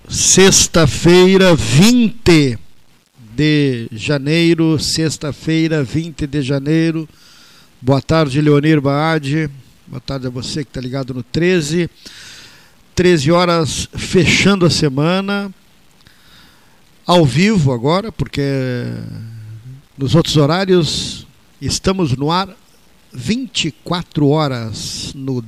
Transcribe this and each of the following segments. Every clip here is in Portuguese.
Sexta-feira, 20 de janeiro, sexta-feira, 20 de janeiro. Boa tarde, Leonir Baade. Boa tarde a você que está ligado no 13 horas, fechando a semana, ao vivo agora, porque nos outros horários estamos no ar 24 horas no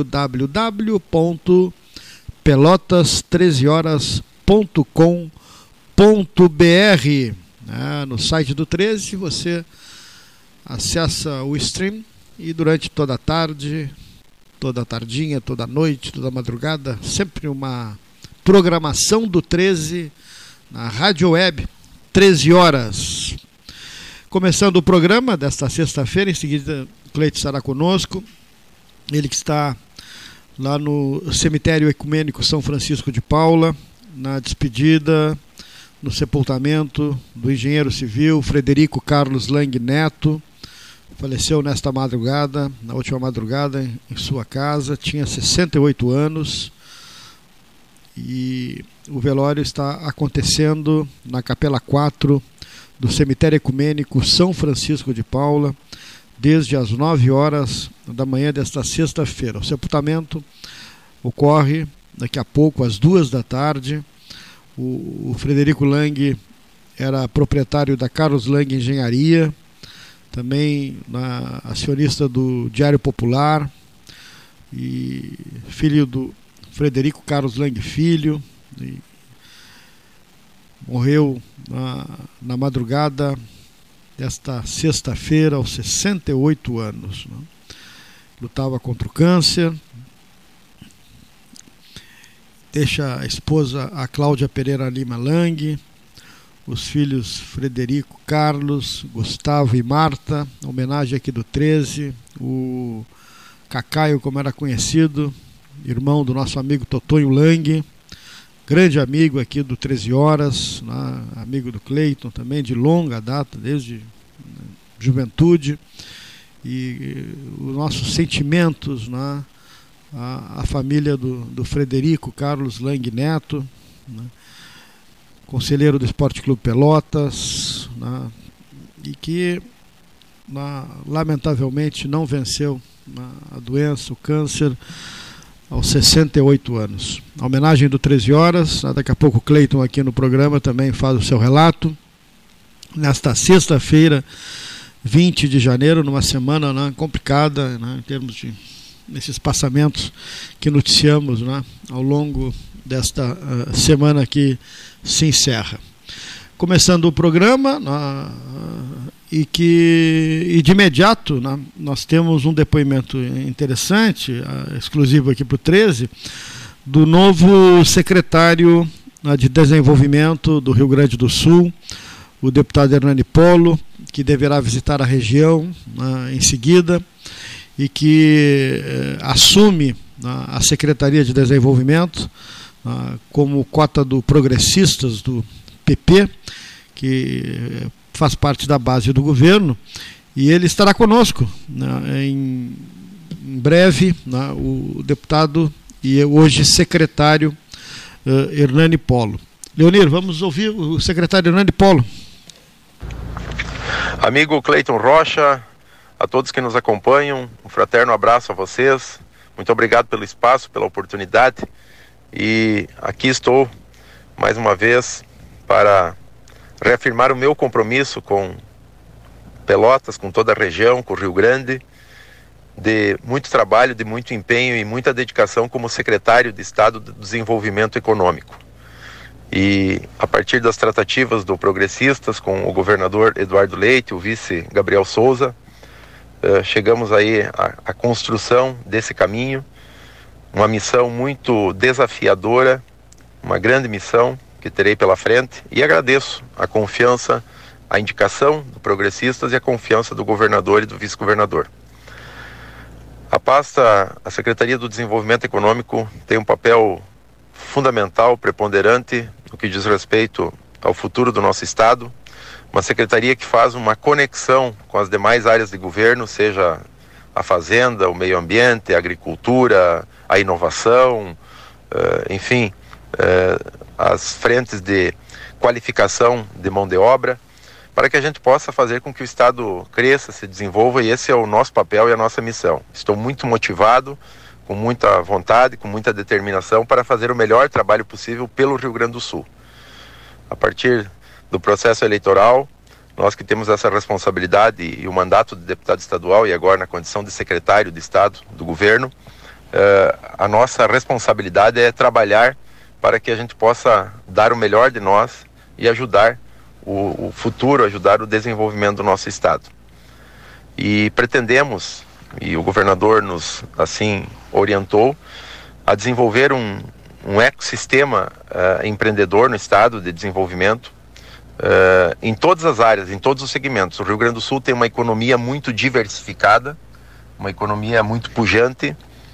www.pelotas13horas.com.br. No site do 13 você acessa o stream e durante toda a tarde, toda a tardinha, toda a noite, toda a madrugada, sempre uma programação do 13 na Rádio Web, 13 horas. Começando o programa desta sexta-feira, em seguida o Cleiton estará conosco, ele que está lá no Cemitério Ecumênico São Francisco de Paula, na despedida, no sepultamento do engenheiro civil Frederico Carlos Lang Neto. Faleceu nesta madrugada, na última madrugada, em sua casa, tinha 68 anos e o velório está acontecendo na Capela 4 do Cemitério Ecumênico São Francisco de Paula, desde as 9 horas da manhã desta sexta-feira. O sepultamento ocorre daqui a pouco, às 2 da tarde. O Frederico Lang era proprietário da Carlos Lang Engenharia, também acionista do Diário Popular e filho do Frederico Carlos Lang Filho. E morreu na madrugada desta sexta-feira aos 68 anos. Lutava contra o câncer. Deixa a esposa, a Cláudia Pereira Lima Lang, os filhos Frederico, Carlos, Gustavo e Marta, homenagem aqui do 13, o Cacaio, como era conhecido, irmão do nosso amigo Totonho Lang, grande amigo aqui do 13 Horas, amigo do Cleiton também, de longa data, desde juventude, e os nossos sentimentos a família do Frederico Carlos Lang Neto, conselheiro do Esporte Clube Pelotas, e que lamentavelmente não venceu a doença, o câncer, aos 68 anos. A homenagem do 13 Horas, daqui a pouco o Cleiton aqui no programa também faz o seu relato. Nesta sexta-feira, 20 de janeiro, numa semana complicada, em termos de nesses passamentos que noticiamos ao longo desta semana que se encerra. Começando o programa, e de imediato nós temos um depoimento interessante, exclusivo aqui para o 13, do novo secretário de Desenvolvimento do Rio Grande do Sul, o deputado Hernani Polo, que deverá visitar a região em seguida, e que assume a Secretaria de Desenvolvimento como cota do Progressistas, do PP, que faz parte da base do governo, e ele estará conosco em breve, o deputado e hoje secretário Hernani Polo. Leonir, vamos ouvir o secretário Hernani Polo. Amigo Cleiton Rocha, a todos que nos acompanham, um fraterno abraço a vocês, muito obrigado pelo espaço, pela oportunidade, e aqui estou mais uma vez para reafirmar o meu compromisso com Pelotas, com toda a região, com o Rio Grande, de muito trabalho, de muito empenho e muita dedicação como secretário de Estado de Desenvolvimento Econômico. E a partir das tratativas do Progressistas com o governador Eduardo Leite, o vice Gabriel Souza, chegamos aí à construção desse caminho, uma missão muito desafiadora, uma grande missão que terei pela frente, e agradeço a confiança, a indicação do Progressistas e a confiança do governador e do vice-governador. A Secretaria do Desenvolvimento Econômico tem um papel fundamental, preponderante, no que diz respeito ao futuro do nosso Estado, uma secretaria que faz uma conexão com as demais áreas de governo, seja a fazenda, o meio ambiente, a agricultura, a inovação, enfim, as frentes de qualificação de mão de obra, para que a gente possa fazer com que o Estado cresça, se desenvolva, e esse é o nosso papel e a nossa missão. Estou muito motivado, com muita vontade, com muita determinação para fazer o melhor trabalho possível pelo Rio Grande do Sul. A partir do processo eleitoral, nós que temos essa responsabilidade e o mandato de deputado estadual e agora na condição de secretário de Estado do governo, a nossa responsabilidade é trabalhar para que a gente possa dar o melhor de nós e ajudar o futuro, ajudar o desenvolvimento do nosso Estado. E pretendemos, e o governador nos assim orientou, a desenvolver um ecossistema empreendedor no Estado de desenvolvimento, em todas as áreas, em todos os segmentos. O Rio Grande do Sul tem uma economia muito diversificada, uma economia muito pujante,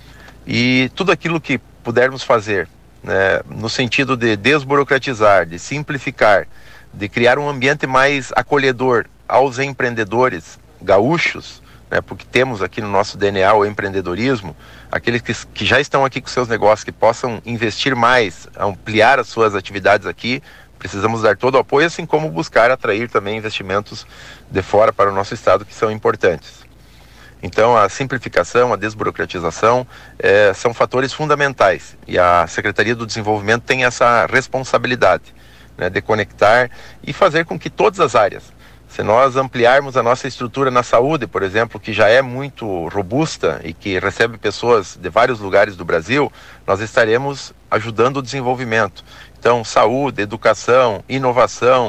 e tudo aquilo que pudermos fazer, né, no sentido de desburocratizar, de simplificar, de criar um ambiente mais acolhedor aos empreendedores gaúchos, né, porque temos aqui no nosso DNA o empreendedorismo, aqueles que já estão aqui com seus negócios, que possam investir mais, ampliar as suas atividades aqui. Precisamos dar todo o apoio, assim como buscar atrair também investimentos de fora para o nosso estado, que são importantes. Então, a simplificação, a desburocratização são fatores fundamentais, e a Secretaria do Desenvolvimento tem essa responsabilidade, né, de conectar e fazer com que todas as áreas, se nós ampliarmos a nossa estrutura na saúde, por exemplo, que já é muito robusta e que recebe pessoas de vários lugares do Brasil, nós estaremos ajudando o desenvolvimento. Então, saúde, educação, inovação,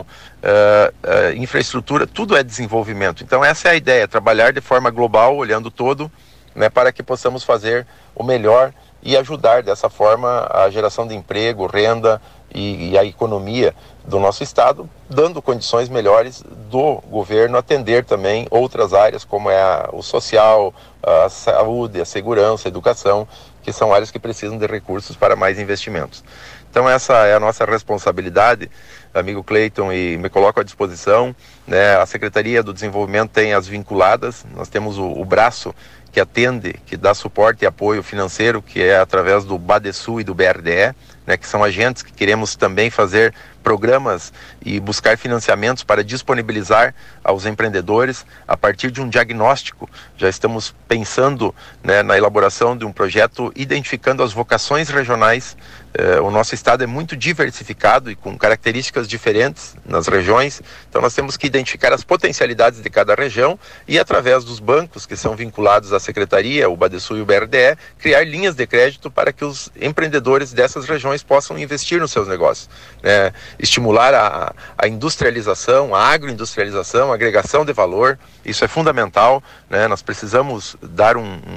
infraestrutura, tudo é desenvolvimento. Então, essa é a ideia, trabalhar de forma global, olhando todo, né, para que possamos fazer o melhor e ajudar dessa forma a geração de emprego, renda e a economia do nosso estado, dando condições melhores do governo atender também outras áreas, como é o social, a saúde, a segurança, a educação, que são áreas que precisam de recursos para mais investimentos. Então essa é a nossa responsabilidade, amigo Cleiton, e me coloco à disposição, né? A Secretaria do Desenvolvimento tem as vinculadas, nós temos o braço que atende, que dá suporte e apoio financeiro, que é através do Badesul e do BRDE, né, que são agentes que queremos também fazer programas e buscar financiamentos para disponibilizar aos empreendedores a partir de um diagnóstico. Já estamos pensando, né, na elaboração de um projeto identificando as vocações regionais. O nosso estado é muito diversificado e com características diferentes nas regiões, então nós temos que identificar as potencialidades de cada região e, através dos bancos que são vinculados à Secretaria, o Badesul e o BRDE, criar linhas de crédito para que os empreendedores dessas regiões possam investir nos seus negócios, né? Estimular a industrialização, a agroindustrialização, a agregação de valor. Isso é fundamental, né? Nós precisamos dar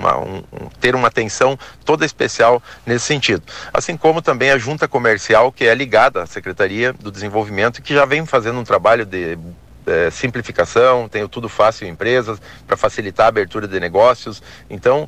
ter uma atenção toda especial nesse sentido. Assim como também a junta comercial, que é ligada à Secretaria do Desenvolvimento e que já vem fazendo um trabalho de simplificação, tem o Tudo Fácil Empresas, para facilitar a abertura de negócios. Então,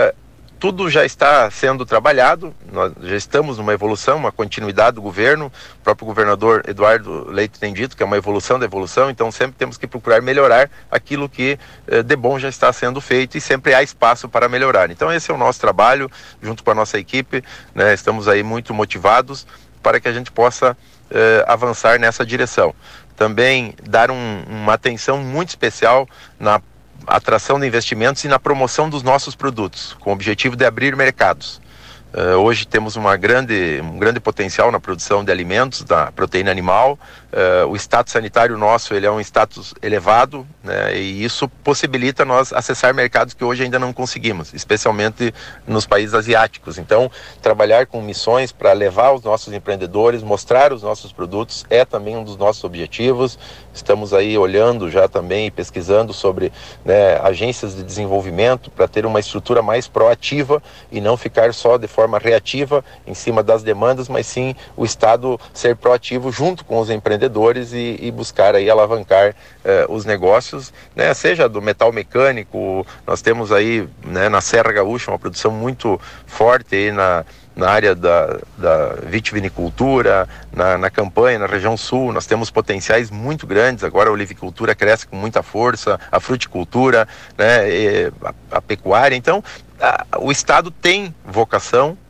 tudo já está sendo trabalhado, nós já estamos numa evolução, uma continuidade do governo. O próprio governador Eduardo Leite tem dito que é uma evolução da evolução, então sempre temos que procurar melhorar aquilo que de bom já está sendo feito e sempre há espaço para melhorar. Então esse é o nosso trabalho, junto com a nossa equipe, né? Estamos aí muito motivados para que a gente possa avançar nessa direção. Também dar uma atenção muito especial na atração de investimentos e na promoção dos nossos produtos, com o objetivo de abrir mercados. Hoje temos um grande potencial na produção de alimentos, da proteína animal. O status sanitário nosso, ele é um status elevado, né, e isso possibilita nós acessar mercados que hoje ainda não conseguimos, especialmente nos países asiáticos. Então, trabalhar com missões para levar os nossos empreendedores, mostrar os nossos produtos, é também um dos nossos objetivos. Estamos aí olhando já também e pesquisando sobre, né, agências de desenvolvimento para ter uma estrutura mais proativa e não ficar só de forma reativa em cima das demandas, mas sim o Estado ser proativo junto com os empreendedores e buscar aí alavancar os negócios, né, seja do metal mecânico. Nós temos aí, né, na Serra Gaúcha uma produção muito forte aí na área da vitivinicultura, na campanha, na região sul. Nós temos potenciais muito grandes. Agora a olivicultura cresce com muita força, a fruticultura, né, a pecuária. Então, o Estado tem vocação,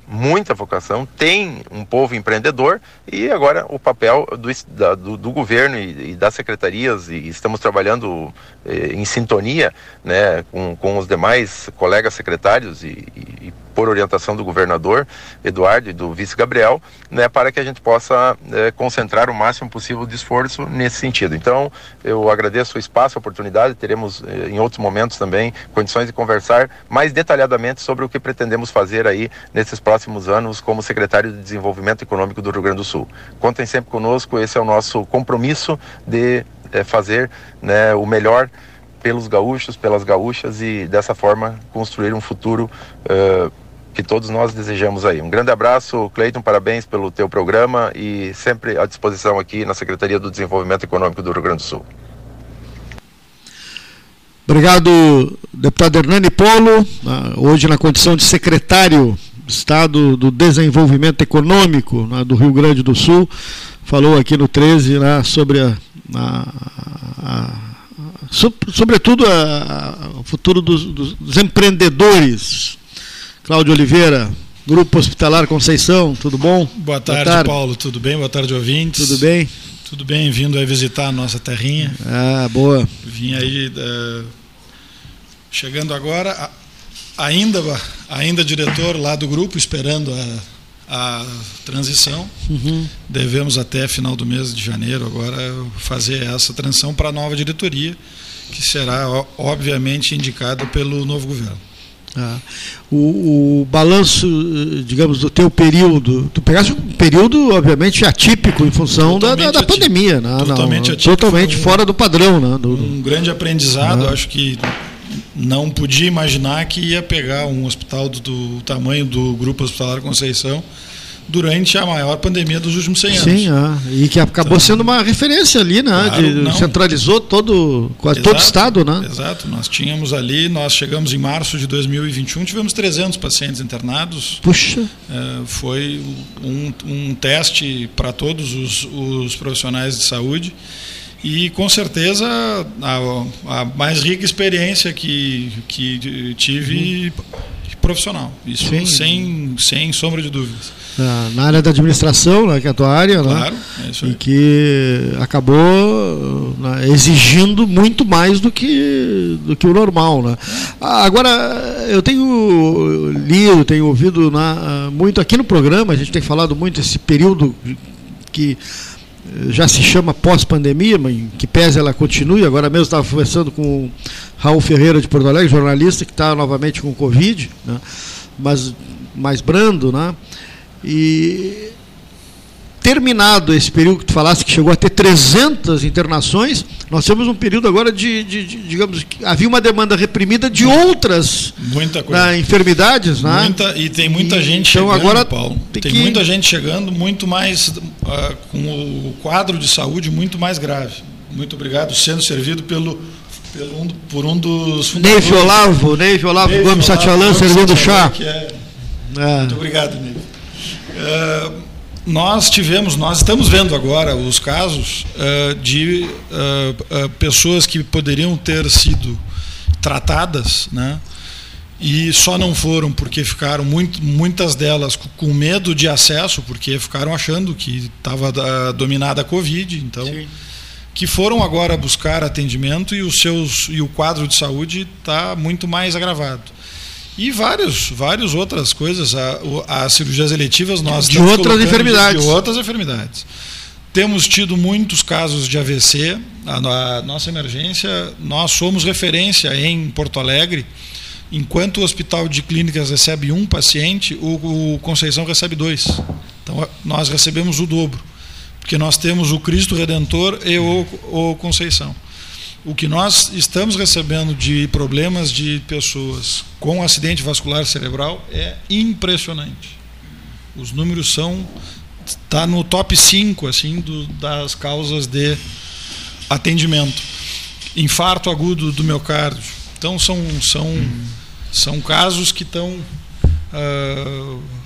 muita vocação, tem um povo empreendedor, e agora o papel do governo e das secretarias, e estamos trabalhando em sintonia, né, com os demais colegas secretários e por orientação do governador Eduardo e do vice Gabriel, né, para que a gente possa concentrar o máximo possível de esforço nesse sentido. Então, eu agradeço o espaço, a oportunidade, teremos em outros momentos também condições de conversar mais detalhadamente sobre o que pretendemos fazer aí nesses próximos anos como secretário de Desenvolvimento Econômico do Rio Grande do Sul. Contem sempre conosco, esse é o nosso compromisso de fazer, né, o melhor pelos gaúchos, pelas gaúchas, e dessa forma construir um futuro que todos nós desejamos aí. Um grande abraço, Cleiton, parabéns pelo teu programa e sempre à disposição aqui na Secretaria do Desenvolvimento Econômico do Rio Grande do Sul. Obrigado, deputado Hernani Polo, hoje na condição de secretário do Estado do Desenvolvimento Econômico, do Rio Grande do Sul, falou aqui no 13 sobre sobretudo o futuro dos empreendedores. Cláudio Oliveira, Grupo Hospitalar Conceição, tudo bom? Boa tarde, Paulo, tudo bem? Boa tarde, ouvintes. Tudo bem? Tudo bem, vindo aí visitar a nossa terrinha. Boa. Vim aí, chegando agora, ainda diretor lá do grupo, esperando a transição. Devemos até final do mês de janeiro agora fazer essa transição para a nova diretoria, que será obviamente indicada pelo novo governo. O balanço, digamos, do teu período, tu pegaste um período obviamente atípico em função da pandemia, né? Totalmente atípico, totalmente fora do padrão, né? Um grande aprendizado. Acho que não podia imaginar que ia pegar um hospital do tamanho do Grupo Hospitalar Conceição durante a maior pandemia dos últimos 100 anos. Sim, e que acabou sendo uma referência ali, né? Claro, centralizou quase todo o estado, né? Exato, nós chegamos em março de 2021, tivemos 300 pacientes internados. Puxa! Foi um teste para todos os profissionais de saúde, e com certeza a mais rica experiência que tive profissional, isso sem sombra de dúvidas. Na área da administração, né, que é a tua área, claro, né? É isso aí. E que acabou exigindo muito mais do que o normal, né? Agora, eu tenho ouvido muito aqui no programa, a gente tem falado muito esse período que já se chama pós-pandemia, mas em que pese ela continue. Agora mesmo estava conversando com o Raul Ferreira de Porto Alegre, jornalista, que está novamente com Covid, né? Mas mais brando, né? E terminado esse período que tu falaste, que chegou a ter 300 internações, nós temos um período agora digamos, que havia uma demanda reprimida de outras enfermidades, né? E tem muita gente então, chegando, agora Paulo. Tem muita gente chegando, muito mais com o quadro de saúde muito mais grave. Muito obrigado, sendo servido por um dos fundadores. Neive Olavo Gomes Satyalan, servindo chá. Muito obrigado, Neive. Nós estamos vendo agora os casos de pessoas que poderiam ter sido tratadas, né? E só não foram porque ficaram muitas delas com medo de acesso, porque ficaram achando que estava dominada a Covid, então que foram agora buscar atendimento, e o quadro de saúde está muito mais agravado. E várias outras coisas, as cirurgias eletivas de outras enfermidades. Temos tido muitos casos de AVC. A nossa emergência, nós somos referência em Porto Alegre. Enquanto o Hospital de Clínicas recebe um paciente, o Conceição recebe 2. Então nós recebemos o dobro, porque nós temos o Cristo Redentor e o Conceição. O que nós estamos recebendo de problemas de pessoas com acidente vascular cerebral é impressionante. Os números está no top 5 assim, das causas de atendimento. Infarto agudo do miocárdio. Então são casos que estão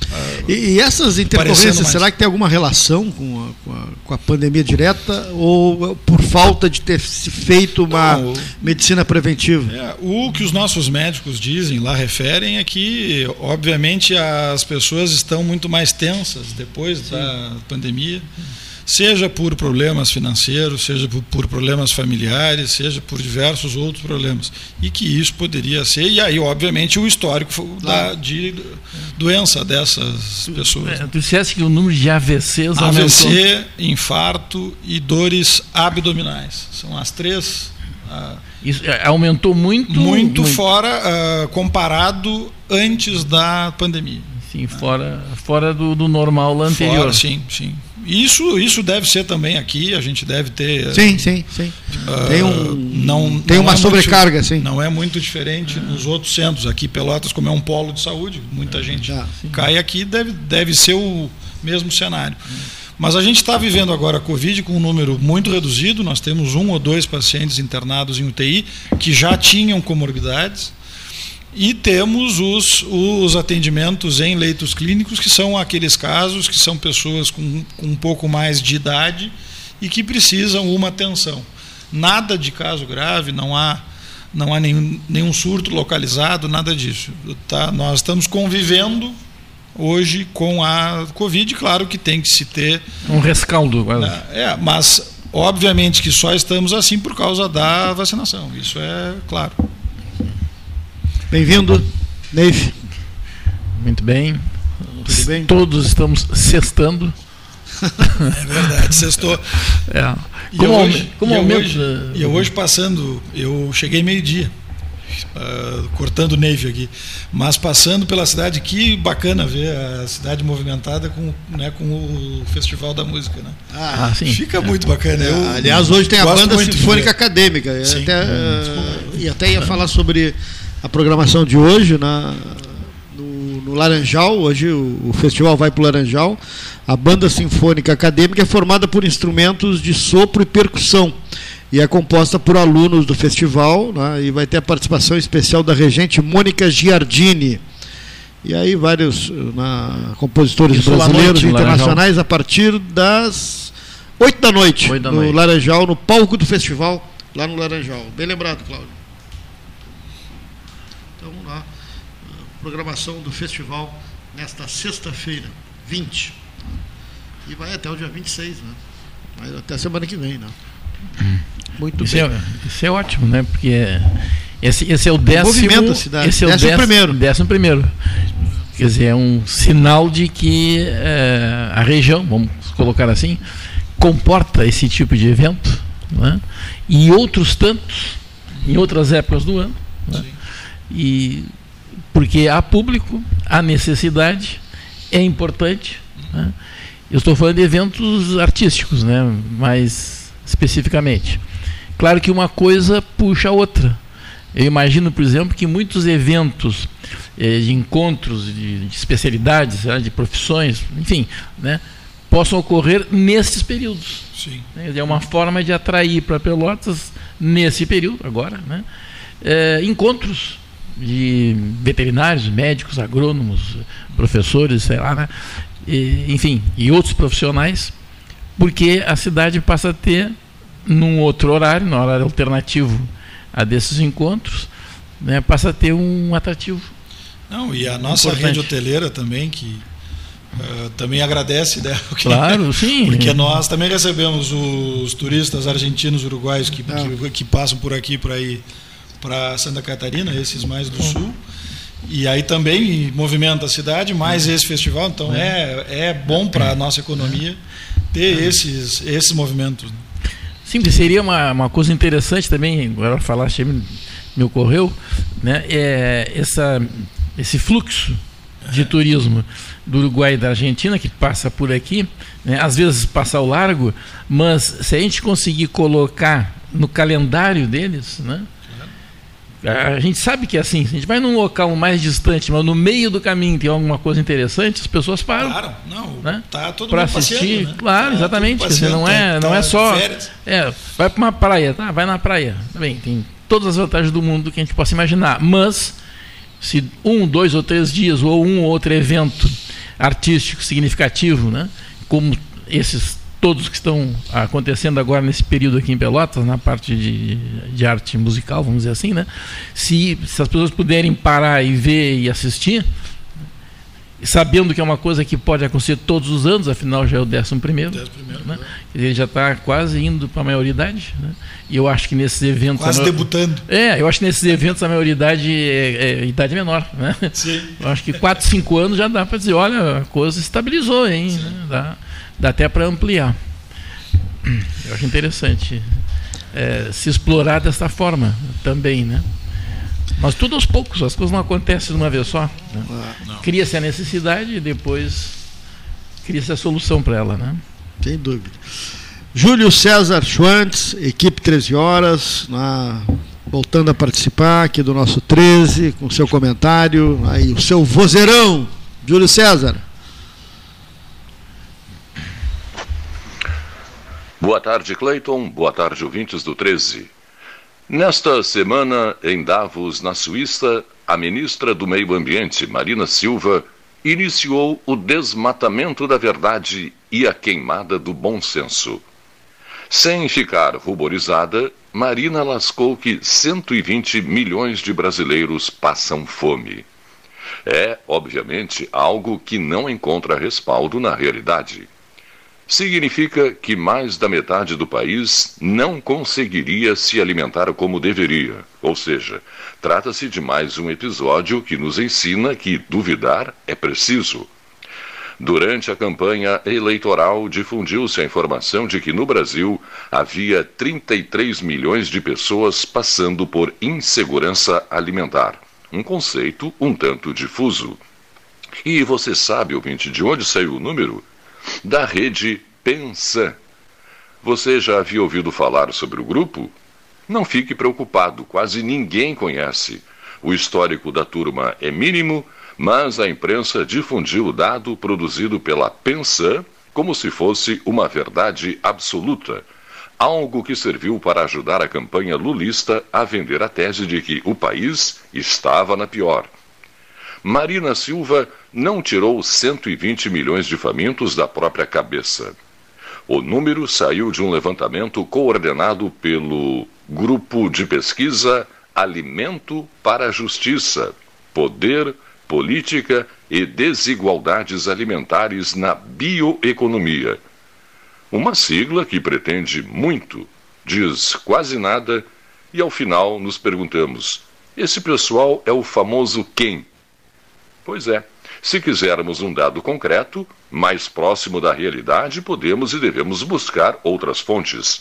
E essas intercorrências, será que tem alguma relação com a pandemia direta ou por falta de ter se feito uma medicina preventiva? O que os nossos médicos dizem lá, referem, é que, obviamente, as pessoas estão muito mais tensas depois da pandemia, seja por problemas financeiros, seja por problemas familiares, seja por diversos outros problemas. E que isso poderia ser, e aí, obviamente, o histórico de doença dessas pessoas. Tu disseste que o número de AVCs aumentou. AVC, infarto e dores abdominais. São as três. Isso aumentou muito. Fora, comparado antes da pandemia. Sim, fora do normal anterior. Sim. Isso deve ser também aqui, a gente deve ter... Sim. Tem uma sobrecarga, sim. Não é muito diferente nos outros centros. Aqui, Pelotas, como é um polo de saúde, muita gente cai aqui, deve ser o mesmo cenário. Mas a gente está vivendo agora a Covid com um número muito reduzido, nós temos 1 ou 2 pacientes internados em UTI que já tinham comorbidades. E temos os atendimentos em leitos clínicos, que são aqueles casos que são pessoas com um pouco mais de idade e que precisam uma atenção. Nada de caso grave, não há nenhum surto localizado, nada disso. Nós estamos convivendo hoje com a Covid, claro que tem que se ter... Um rescaldo. Mas obviamente que só estamos assim por causa da vacinação, isso é claro. Bem-vindo, Neif. Muito bem. Tudo bem? Todos estamos sextando. É verdade, sextou. E hoje passando, eu cheguei meio-dia, cortando Neif aqui, mas passando pela cidade, que bacana ver a cidade movimentada com o Festival da Música, né? Sim. Fica muito bacana. Aliás, hoje tem a Banda Sinfônica Acadêmica. Eu até ia falar sobre a programação de hoje no Laranjal. Hoje o festival vai para o Laranjal. A Banda Sinfônica Acadêmica é formada por instrumentos de sopro e percussão e é composta por alunos do festival, né? E vai ter a participação especial da regente Mônica Giardini. E aí vários compositores brasileiros e internacionais a partir das 8 da noite no Laranjal, no palco do festival, lá no Laranjal. Bem lembrado, Cláudio. Programação do festival nesta sexta-feira, 20. E vai até o dia 26, né? Vai até semana que vem, né? Muito bem. Isso é ótimo, né? Porque esse é o 10º. Esse é o 11º. Quer dizer, é um sinal de que a região, vamos colocar assim, comporta esse tipo de evento, né? E outros tantos, em outras épocas do ano, né? E porque há público, há necessidade, é importante, né? Eu estou falando de eventos artísticos, né? Mais especificamente. Claro que uma coisa puxa a outra. Eu imagino, por exemplo, que muitos eventos de encontros de especialidades, de profissões, enfim, né, possam ocorrer nesses períodos. Sim. É uma forma de atrair para Pelotas, nesse período, agora, né, encontros de veterinários, médicos, agrônomos, professores, sei lá, né, enfim, e outros profissionais, porque a cidade passa a ter, num outro horário, no horário alternativo a desses encontros, né, passa a ter um atrativo. Não, e a nossa rede hoteleira também, que também agradece, né? Claro, sim. Porque nós também recebemos os turistas argentinos, uruguaios que passam por aqui para ir para Santa Catarina, esses mais do sul, e aí também movimenta a cidade, mais esse festival, então é bom para a nossa economia ter esses movimentos. Sim, seria uma coisa interessante também, agora falaste, me ocorreu, né, esse fluxo de turismo do Uruguai e da Argentina, que passa por aqui, né, às vezes passa ao largo, mas se a gente conseguir colocar no calendário deles, né, a gente sabe que é assim, se a gente vai num local mais distante, mas no meio do caminho tem alguma coisa interessante, as pessoas param. Claro, não, né? Tá todo para mundo assistir, passeando, né? claro, exatamente. Passeando, não é só. Vai para uma praia, tá? Vai na praia. Tá bem, tem todas as vantagens do mundo que a gente possa imaginar. Mas se 1, 2 ou 3 dias, ou um ou outro evento artístico significativo, né? Como esses todos que estão acontecendo agora nesse período aqui em Pelotas, na parte de arte musical, vamos dizer assim, né? Se as pessoas puderem parar e ver e assistir, sabendo que é uma coisa que pode acontecer todos os anos, afinal já é o 11º, né? Ele já está quase indo para a maioridade, né? E eu acho que nesses eventos... Quase debutando. Eu acho que nesses eventos a maioridade é idade menor, né? Sim. Eu acho que 4, 5 anos já dá para dizer, olha, a coisa estabilizou, hein? Né? Dá até para ampliar. Eu acho interessante se explorar dessa forma também, né? Mas tudo aos poucos, as coisas não acontecem de uma vez só, né? Cria-se a necessidade e depois cria-se a solução para ela, né? Sem dúvida. Júlio César Schwantz, equipe 13 horas, voltando a participar aqui do nosso 13, com seu comentário, aí o seu vozeirão, Júlio César. Boa tarde, Cleiton. Boa tarde, ouvintes do 13. Nesta semana, em Davos, na Suíça, a ministra do Meio Ambiente, Marina Silva, iniciou o desmatamento da verdade e a queimada do bom senso. Sem ficar ruborizada, Marina lascou que 120 milhões de brasileiros passam fome. É, obviamente, algo que não encontra respaldo na realidade. Significa que mais da metade do país não conseguiria se alimentar como deveria. Ou seja, trata-se de mais um episódio que nos ensina que duvidar é preciso. Durante a campanha eleitoral, difundiu-se a informação de que no Brasil havia 33 milhões de pessoas passando por insegurança alimentar. Um conceito um tanto difuso. E você sabe, ouvinte, de onde saiu o número? Da rede Pensan. Você já havia ouvido falar sobre o grupo? Não fique preocupado, quase ninguém conhece. O histórico da turma é mínimo, mas a imprensa difundiu o dado produzido pela Pensan como se fosse uma verdade absoluta, algo que serviu para ajudar a campanha lulista a vender a tese de que o país estava na pior. Marina Silva não tirou 120 milhões de famintos da própria cabeça. O número saiu de um levantamento coordenado pelo Grupo de Pesquisa Alimento para a Justiça, Poder, Política e Desigualdades Alimentares na Bioeconomia. Uma sigla que pretende muito, diz quase nada, e ao final nos perguntamos, esse pessoal é o famoso quem? Pois é, se quisermos um dado concreto, mais próximo da realidade, podemos e devemos buscar outras fontes.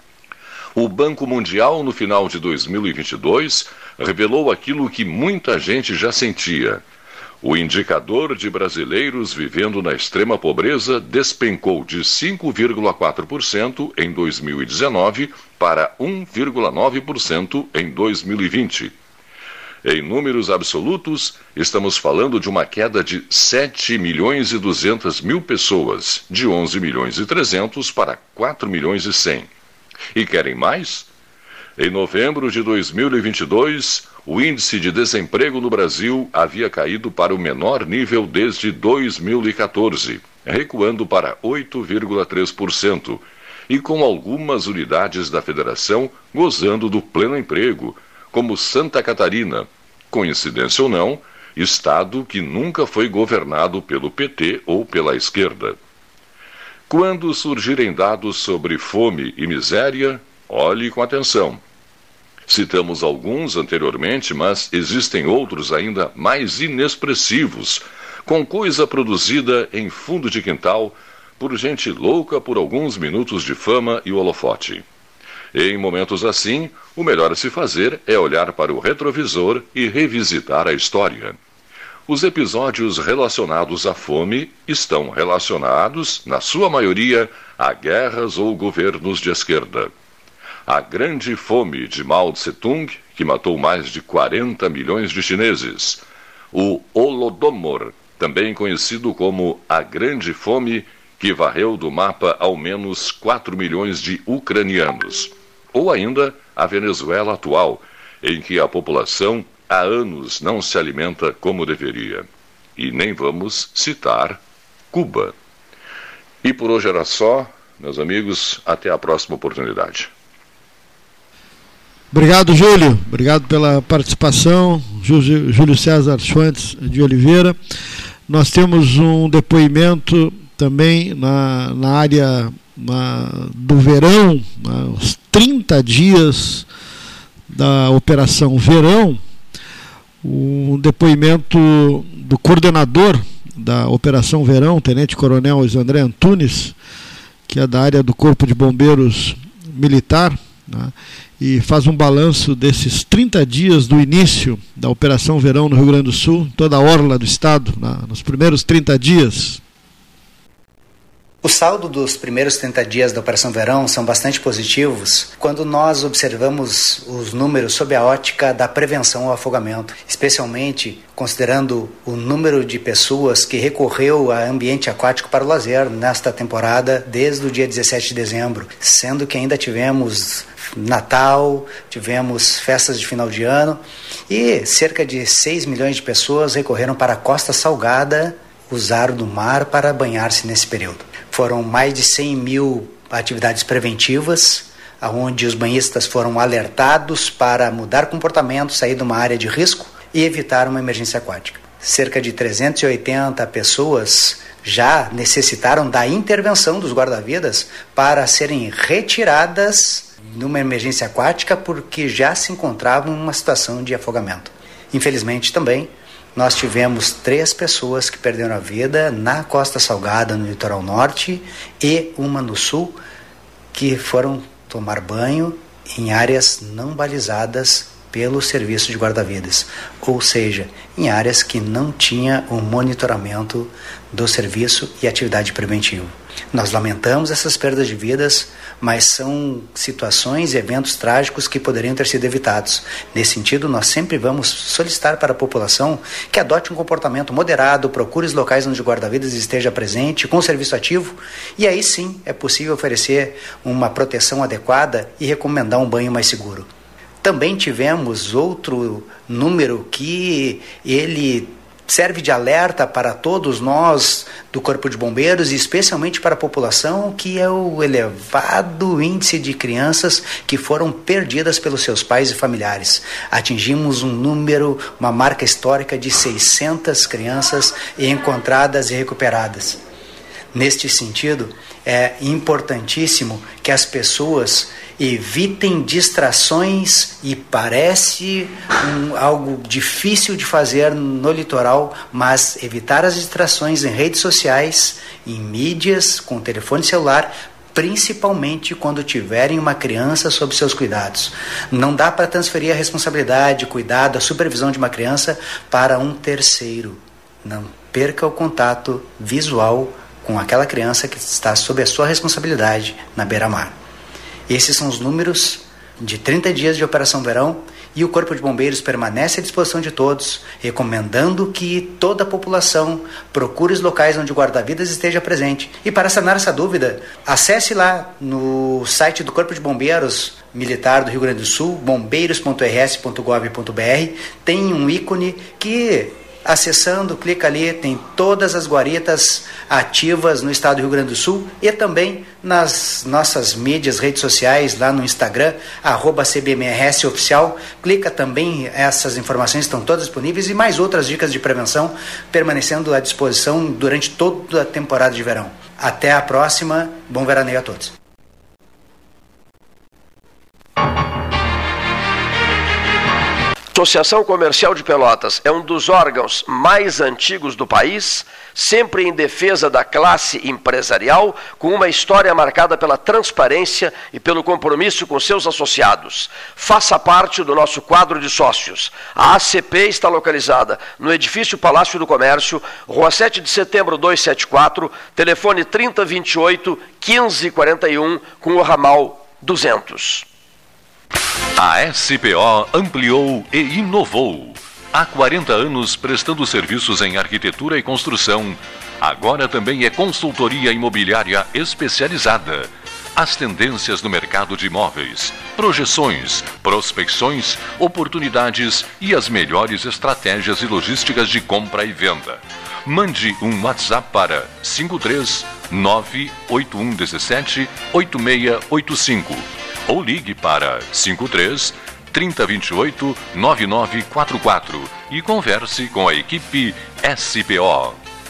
O Banco Mundial, no final de 2022, revelou aquilo que muita gente já sentia. O indicador de brasileiros vivendo na extrema pobreza despencou de 5,4% em 2019 para 1,9% em 2020. Em números absolutos, estamos falando de uma queda de 7 milhões e 200 mil pessoas, de 11 milhões e 300 para 4 milhões e 100. E querem mais? Em novembro de 2022, o índice de desemprego no Brasil havia caído para o menor nível desde 2014, recuando para 8,3%, e com algumas unidades da federação gozando do pleno emprego, como Santa Catarina, coincidência ou não, estado que nunca foi governado pelo PT ou pela esquerda. Quando surgirem dados sobre fome e miséria, olhe com atenção. Citamos alguns anteriormente, mas existem outros ainda mais inexpressivos, com coisa produzida em fundo de quintal por gente louca por alguns minutos de fama e holofote. Em momentos assim, o melhor a se fazer é olhar para o retrovisor e revisitar a história. Os episódios relacionados à fome estão relacionados, na sua maioria, a guerras ou governos de esquerda. A Grande Fome de Mao Tse-tung, que matou mais de 40 milhões de chineses. O Holodomor, também conhecido como a Grande Fome, que varreu do mapa ao menos 4 milhões de ucranianos. Ou ainda a Venezuela atual, em que a população há anos não se alimenta como deveria. e nem vamos citar Cuba. E por hoje era só, meus amigos, até a próxima oportunidade. Obrigado, Júlio. Obrigado pela participação. Júlio César Schwantz de Oliveira. Nós temos um depoimento também na área do verão, os 30 dias da Operação Verão, um depoimento do coordenador da Operação Verão, Tenente Coronel André Antunes, que é da área do Corpo de Bombeiros Militar, né, e faz um balanço desses 30 dias do início da Operação Verão no Rio Grande do Sul, toda a orla do estado, nos primeiros 30 dias. O saldo dos primeiros 30 dias da Operação Verão são bastante positivos quando nós observamos os números sob a ótica da prevenção ao afogamento, especialmente considerando o número de pessoas que recorreu a ambiente aquático para o lazer nesta temporada desde o dia 17 de dezembro, sendo que ainda tivemos Natal, tivemos festas de final de ano e cerca de 6 milhões de pessoas recorreram para a Costa Salgada, usaram do mar para banhar-se nesse período. Foram mais de 100 mil atividades preventivas, onde os banhistas foram alertados para mudar comportamento, sair de uma área de risco e evitar uma emergência aquática. Cerca de 380 pessoas já necessitaram da intervenção dos guarda-vidas para serem retiradas numa emergência aquática porque já se encontravam em uma situação de afogamento. Infelizmente também, nós tivemos 3 pessoas que perderam a vida na Costa Salgada, no litoral norte, e uma no sul, que foram tomar banho em áreas não balizadas pelo serviço de guarda-vidas, ou seja, em áreas que não tinha o monitoramento do serviço e atividade preventiva. Nós lamentamos essas perdas de vidas, mas são situações e eventos trágicos que poderiam ter sido evitados. Nesse sentido, nós sempre vamos solicitar para a população que adote um comportamento moderado, procure os locais onde o guarda-vidas esteja presente, com serviço ativo, e aí sim é possível oferecer uma proteção adequada e recomendar um banho mais seguro. Também tivemos outro número que ele serve de alerta para todos nós do Corpo de Bombeiros e especialmente para a população, que é o elevado índice de crianças que foram perdidas pelos seus pais e familiares. Atingimos uma marca histórica de 600 crianças encontradas e recuperadas. Neste sentido, é importantíssimo que as pessoas evitem distrações, e parece algo difícil de fazer no litoral, mas evitar as distrações em redes sociais, em mídias, com telefone celular, principalmente quando tiverem uma criança sob seus cuidados. Não dá para transferir a responsabilidade, cuidado, a supervisão de uma criança para um terceiro. Não perca o contato visual com aquela criança que está sob a sua responsabilidade na beira-mar. Esses são os números de 30 dias de Operação Verão, e o Corpo de Bombeiros permanece à disposição de todos, recomendando que toda a população procure os locais onde o guarda-vidas esteja presente. E para sanar essa dúvida, acesse lá no site do Corpo de Bombeiros Militar do Rio Grande do Sul, bombeiros.rs.gov.br, tem um ícone que, acessando, clica ali, tem todas as guaritas ativas no estado do Rio Grande do Sul e também nas nossas mídias, redes sociais, lá no Instagram, @CBMRS Oficial. Clica também, essas informações estão todas disponíveis, e mais outras dicas de prevenção permanecendo à disposição durante toda a temporada de verão. Até a próxima, bom veraneio a todos. Associação Comercial de Pelotas é um dos órgãos mais antigos do país, sempre em defesa da classe empresarial, com uma história marcada pela transparência e pelo compromisso com seus associados. Faça parte do nosso quadro de sócios. A ACP está localizada no edifício Palácio do Comércio, Rua 7 de Setembro 274, telefone 3028-1541, com o ramal 200. A SPO ampliou e inovou. Há 40 anos prestando serviços em arquitetura e construção. Agora também é consultoria imobiliária especializada. as tendências no mercado de imóveis, projeções, prospecções, oportunidades e as melhores estratégias e logísticas de compra e venda. Mande um WhatsApp para 53981178685 ou ligue para 53-3028-9944 e converse com a equipe SPO.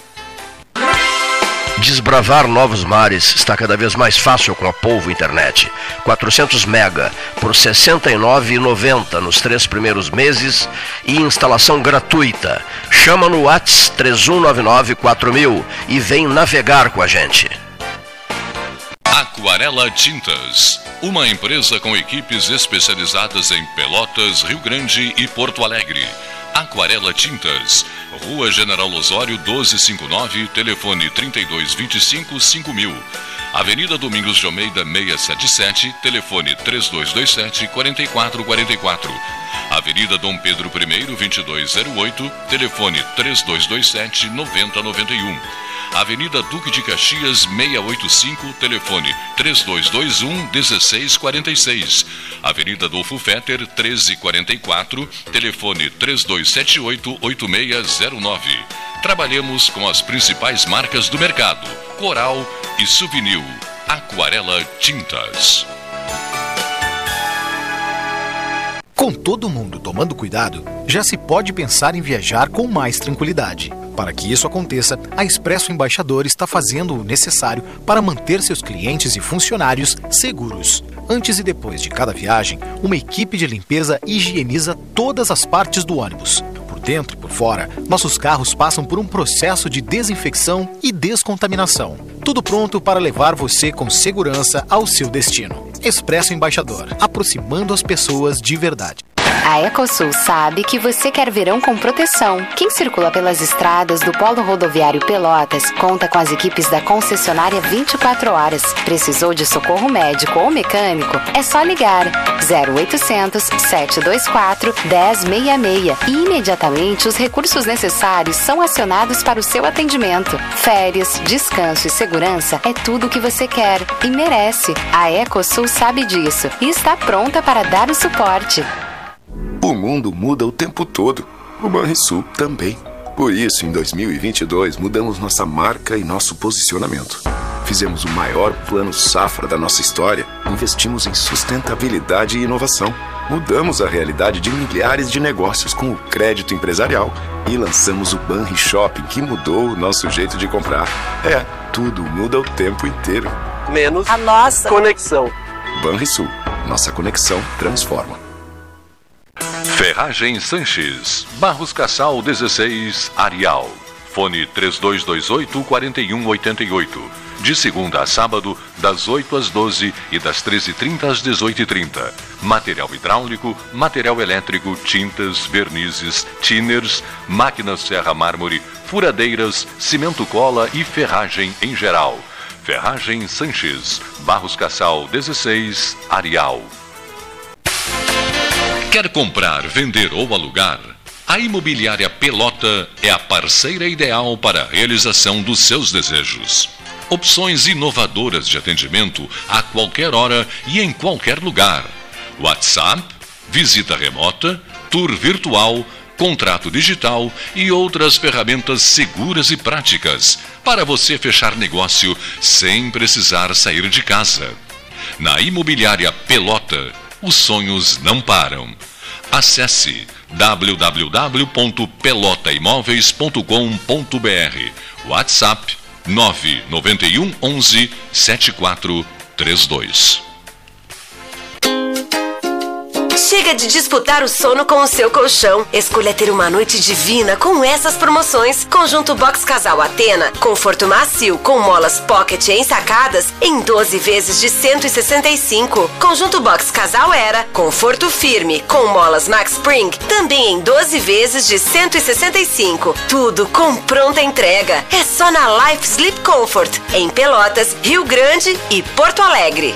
Desbravar novos mares está cada vez mais fácil com a Polvo Internet. 400 mega por R$ 69,90 nos 3 primeiros meses e instalação gratuita. Chama no WhatsApp 3199-4000 e vem navegar com a gente. Aquarela Tintas, uma empresa com equipes especializadas em Pelotas, Rio Grande e Porto Alegre. Aquarela Tintas, Rua General Osório 1259, telefone 3225-5000. Avenida Domingos de Almeida 677, telefone 3227-4444. Avenida Dom Pedro I 2208, telefone 3227-9091. Avenida Duque de Caxias 685, telefone 3221-1646. Avenida Adolfo Fetter 1344, telefone 3278-8609. Trabalhamos com as principais marcas do mercado: Coral e Souvenir. Aquarela Tintas. Com todo mundo tomando cuidado, já se pode pensar em viajar com mais tranquilidade. Para que isso aconteça, a Expresso Embaixador está fazendo o necessário para manter seus clientes e funcionários seguros. Antes e depois de cada viagem, uma equipe de limpeza higieniza todas as partes do ônibus. Por dentro e por fora, nossos carros passam por um processo de desinfecção e descontaminação. Tudo pronto para levar você com segurança ao seu destino. Expresso Embaixador, aproximando as pessoas de verdade. A Ecosul sabe que você quer verão com proteção. Quem circula pelas estradas do Polo Rodoviário Pelotas conta com as equipes da concessionária 24 horas. Precisou de socorro médico ou mecânico? É só ligar 0800 724 1066 e imediatamente os recursos necessários são acionados para o seu atendimento. Férias, descanso e segurança é tudo o que você quer e merece. A Ecosul sabe disso e está pronta para dar o suporte. O mundo muda o tempo todo. O Banrisul também. Por isso, em 2022, mudamos nossa marca e nosso posicionamento. Fizemos o maior plano safra da nossa história. Investimos em sustentabilidade e inovação. Mudamos a realidade de milhares de negócios com o crédito empresarial. E lançamos o Banri Shopping, que mudou o nosso jeito de comprar. Tudo muda o tempo inteiro. Menos a nossa conexão. Banrisul. Nossa conexão transforma. Ferragem Sanches, Barros Cassal 16, Arial. Fone 3228-4188. De segunda a sábado, das 8 às 12 e das 13h30 às 18h30. Material hidráulico, material elétrico, tintas, vernizes, tinners, máquinas serra mármore, furadeiras, cimento cola e ferragem em geral. Ferragem Sanches, Barros Cassal 16, Arial. Quer comprar, vender ou alugar? A Imobiliária Pelota é a parceira ideal para a realização dos seus desejos. Opções inovadoras de atendimento a qualquer hora e em qualquer lugar. WhatsApp, visita remota, tour virtual, contrato digital e outras ferramentas seguras e práticas para você fechar negócio sem precisar sair de casa. Na Imobiliária Pelota, os sonhos não param. Acesse www.pelotaimoveis.com.br. WhatsApp 991 11 7432. Chega de disputar o sono com o seu colchão. Escolha ter uma noite divina com essas promoções. Conjunto Box Casal Atena, conforto macio com molas pocket ensacadas em 12 vezes de 165. Conjunto Box Casal Era, conforto firme com molas Max Spring, também em 12 vezes de 165. Tudo com pronta entrega. É só na Life Sleep Comfort, em Pelotas, Rio Grande e Porto Alegre.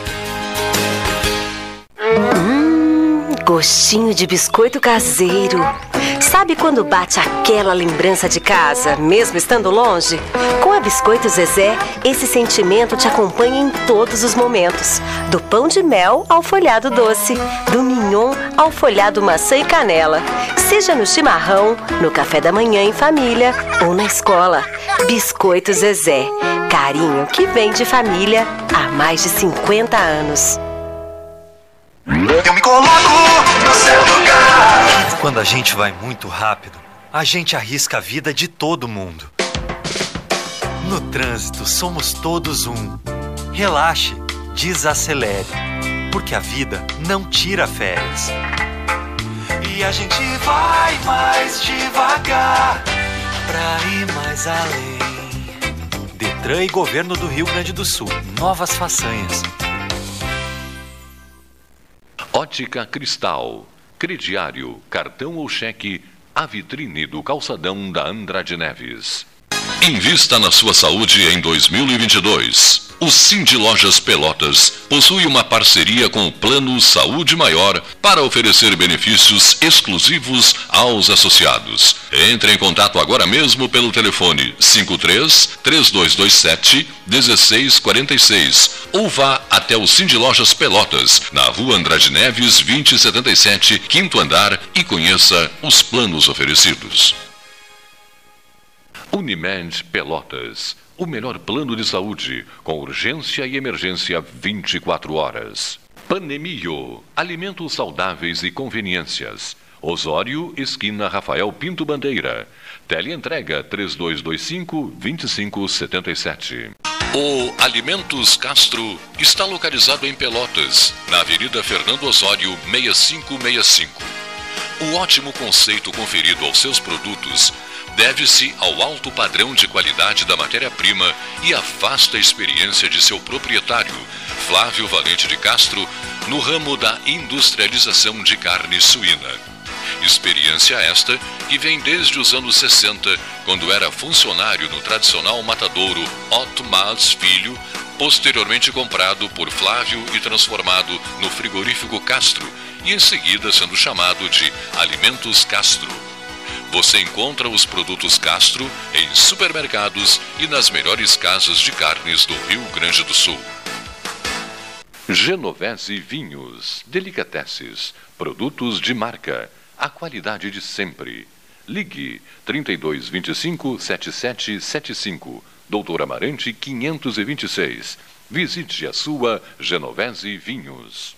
Gostinho de biscoito caseiro. Sabe quando bate aquela lembrança de casa, mesmo estando longe? Com a Biscoito Zezé, esse sentimento te acompanha em todos os momentos. Do pão de mel ao folhado doce, do mignon ao folhado maçã e canela. Seja no chimarrão, no café da manhã em família ou na escola. Biscoito Zezé, carinho que vem de família há mais de 50 anos. Eu me coloco no seu lugar. Quando a gente vai muito rápido, a gente arrisca a vida de todo mundo. No trânsito, somos todos um. Relaxe, desacelere, porque a vida não tira férias. E a gente vai mais devagar pra ir mais além. Detran e Governo do Rio Grande do Sul. Novas façanhas. Ótica Cristal, crediário, cartão ou cheque, a vitrine do calçadão da Andrade Neves. Invista na sua saúde em 2022. O Cindy Lojas Pelotas possui uma parceria com o Plano Saúde Maior para oferecer benefícios exclusivos aos associados. Entre em contato agora mesmo pelo telefone 53-3227-1646 ou vá até o Cindy Lojas Pelotas, na Rua Andrade Neves, 2077, quinto andar, e conheça os planos oferecidos. Unimed Pelotas, o melhor plano de saúde, com urgência e emergência 24 horas. Panemio, alimentos saudáveis e conveniências. Osório, esquina Rafael Pinto Bandeira. Teleentrega 3225-2577. O Alimentos Castro está localizado em Pelotas, na Avenida Fernando Osório 6565. O ótimo conceito conferido aos seus produtos deve-se ao alto padrão de qualidade da matéria-prima e à vasta experiência de seu proprietário, Flávio Valente de Castro, no ramo da industrialização de carne suína. Experiência esta que vem desde os anos 60, quando era funcionário no tradicional matadouro Otto Mas Filho, posteriormente comprado por Flávio e transformado no frigorífico Castro, e em seguida sendo chamado de Alimentos Castro. Você encontra os produtos Castro em supermercados e nas melhores casas de carnes do Rio Grande do Sul. Genovese Vinhos, delicateces, produtos de marca, a qualidade de sempre. Ligue 3225-7775, Doutor Amarante 526. Visite a sua Genovese Vinhos.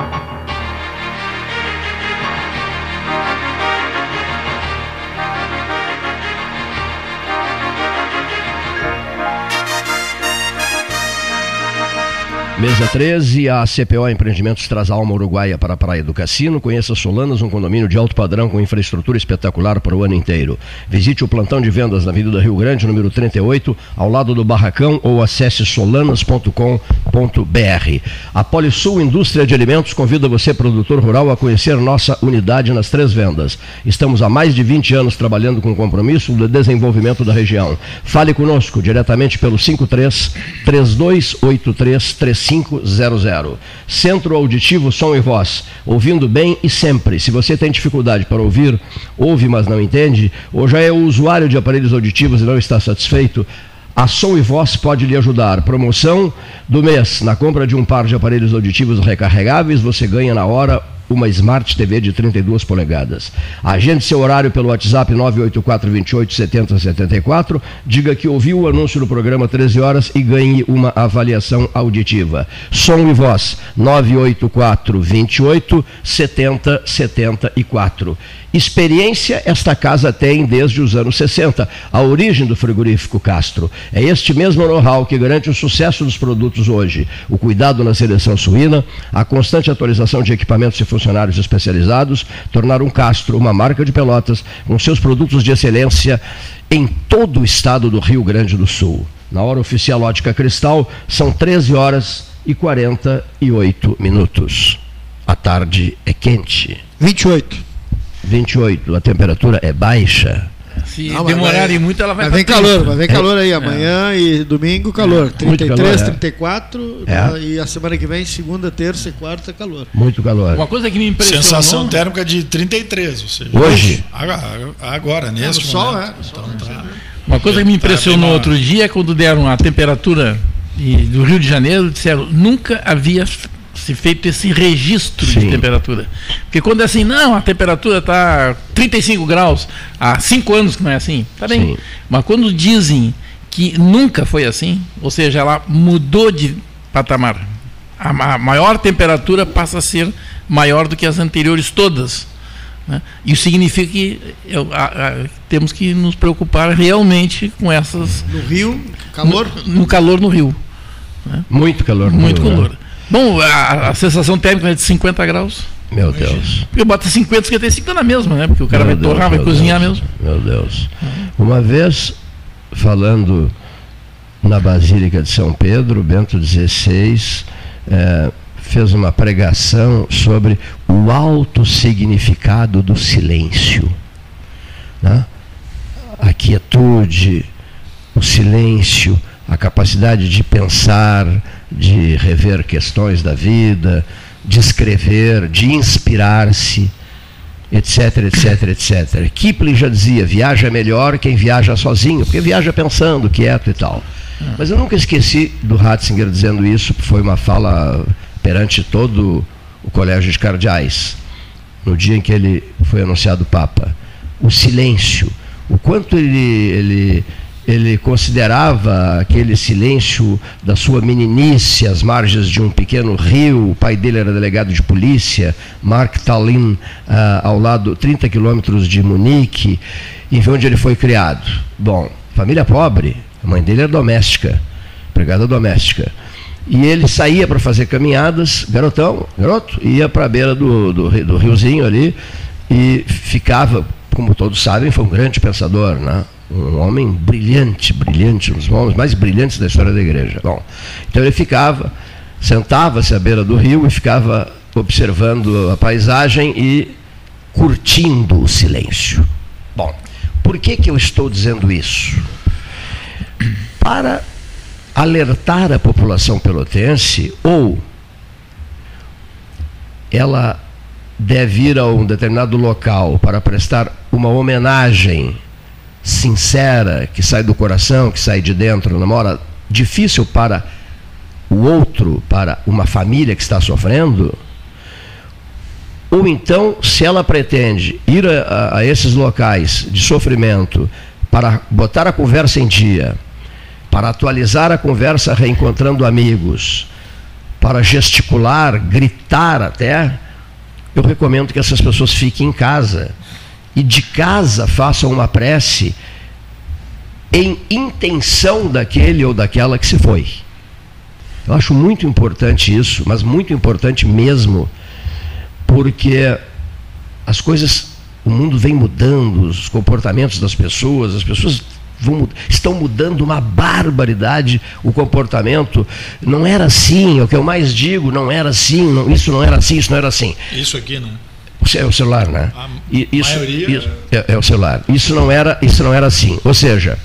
Mesa 13, a CPO Empreendimentos traz a alma uruguaia para a Praia do Cassino. Conheça Solanas, um condomínio de alto padrão com infraestrutura espetacular para o ano inteiro. Visite o plantão de vendas na Avenida Rio Grande, número 38, ao lado do Barracão, ou acesse solanas.com.br. A Polisul Indústria de Alimentos convida você, produtor rural, a conhecer nossa unidade nas Três Vendas. Estamos há mais de 20 anos trabalhando com compromisso do desenvolvimento da região. Fale conosco diretamente pelo 53-3283-3500. Centro Auditivo Som e Voz, ouvindo bem e sempre. Se você tem dificuldade para ouvir, ouve mas não entende, ou já é usuário de aparelhos auditivos e não está satisfeito, a Som e Voz pode lhe ajudar. Promoção do mês: na compra de um par de aparelhos auditivos recarregáveis, você ganha na hora uma Smart TV de 32 polegadas. Agende seu horário pelo WhatsApp 984-28-7074. Diga que ouviu o anúncio do programa 13 horas e ganhe uma avaliação auditiva. Som e Voz 984-28-7074. Experiência esta casa tem desde os anos 60, a origem do frigorífico Castro. É este mesmo know-how que garante o sucesso dos produtos hoje. O cuidado na seleção suína, a constante atualização de equipamentos e funcionários especializados, tornaram Castro uma marca de Pelotas com seus produtos de excelência em todo o estado do Rio Grande do Sul. Na hora oficial Ótica Cristal, são 13 horas e 48 minutos. A tarde é quente. 28, a temperatura é baixa. se demorarem muito, ela vai vir calor, vai vir calor aí, amanhã e domingo, calor. 33, calor, 34, e a semana que vem, segunda, terça e quarta, calor. Muito calor. Uma coisa que me impressionou... Sensação térmica de 33, ou seja... Hoje? Agora, neste momento. Uma coisa que me impressionou outro dia é quando deram a temperatura do Rio de Janeiro, disseram, nunca havia se feito esse registro de temperatura. Porque quando é assim, não, a temperatura está 35 graus, há 5 anos que não é assim, tá bem. Sim. Mas quando dizem que nunca foi assim, ou seja, ela mudou de patamar, a maior temperatura passa a ser maior do que as anteriores todas. Né? Isso significa que temos que nos preocupar realmente com essas... No Rio, calor? No calor no Rio. Né? Muito calor no Muito Rio, calor. Né? Bom, a sensação térmica é de 50 graus. Meu Deus. Porque bota 50, 55 na mesma, né? Porque o cara vai torrar, vai cozinhar mesmo. Meu Deus. Uma vez, falando na Basílica de São Pedro, Bento XVI fez uma pregação sobre o alto significado do silêncio. Né? A quietude, o silêncio, a capacidade de pensar, de rever questões da vida, de escrever, de inspirar-se, etc, etc, etc. Kipling já dizia, viaja melhor quem viaja sozinho, porque viaja pensando, quieto e tal. Mas eu nunca esqueci do Ratzinger dizendo isso, foi uma fala perante todo o colégio de cardeais, no dia em que ele foi anunciado Papa. O silêncio, o quanto ele considerava aquele silêncio da sua meninice às margens de um pequeno rio. O pai dele era delegado de polícia, Mark Tallinn, ao lado, 30 quilômetros de Munique, e onde ele foi criado. Bom, família pobre, a mãe dele era doméstica, empregada doméstica. E ele saía para fazer caminhadas, garoto, ia para a beira do riozinho ali e ficava, como todos sabem, foi um grande pensador, né? Um homem brilhante, um dos homens mais brilhantes da história da igreja. Bom, então ele sentava-se à beira do rio e ficava observando a paisagem e curtindo o silêncio. Bom, por que eu estou dizendo isso? Para alertar a população pelotense, ou ela deve ir a um determinado local para prestar uma homenagem sincera, que sai do coração, que sai de dentro, numa hora difícil para o outro, para uma família que está sofrendo, ou então, se ela pretende ir a esses locais de sofrimento para botar a conversa em dia, para atualizar a conversa reencontrando amigos, para gesticular, gritar até, eu recomendo que essas pessoas fiquem em casa. E de casa façam uma prece em intenção daquele ou daquela que se foi. Eu acho muito importante isso, mas muito importante mesmo, porque as coisas, o mundo vem mudando, os comportamentos das pessoas, as pessoas estão mudando uma barbaridade o comportamento. Não era assim, é o que eu mais digo, não era assim, isso não era assim, isso não era assim. Isso aqui, né? É o celular, né? Isso é o celular. Isso não era assim. Ou seja,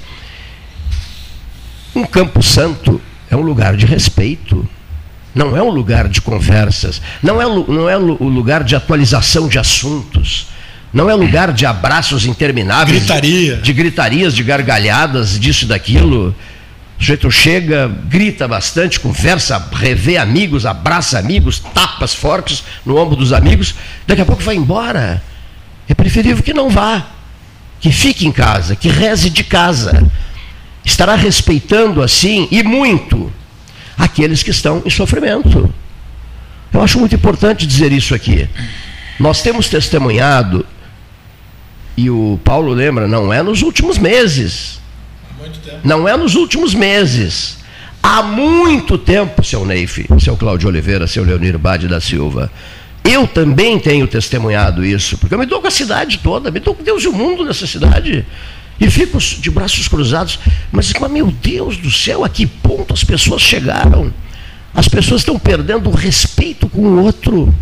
um Campo Santo é um lugar de respeito, não é um lugar de conversas, não é o lugar de atualização de assuntos, não é lugar de abraços intermináveis, de gritarias, de gargalhadas, disso e daquilo. O sujeito chega, grita bastante, conversa, revê amigos, abraça amigos, tapas fortes no ombro dos amigos, daqui a pouco vai embora. É preferível que não vá, que fique em casa, que reze de casa. Estará respeitando assim, e muito, aqueles que estão em sofrimento. Eu acho muito importante dizer isso aqui. Nós temos testemunhado, e o Paulo lembra, não é nos últimos meses. Não é nos últimos meses. Há muito tempo, seu Neif, seu Cláudio Oliveira, seu Leonir Bade da Silva. Eu também tenho testemunhado isso, porque eu me dou com a cidade toda, me dou com Deus e o mundo nessa cidade. E fico de braços cruzados. Mas meu Deus do céu, a que ponto as pessoas chegaram? As pessoas estão perdendo o respeito com o outro.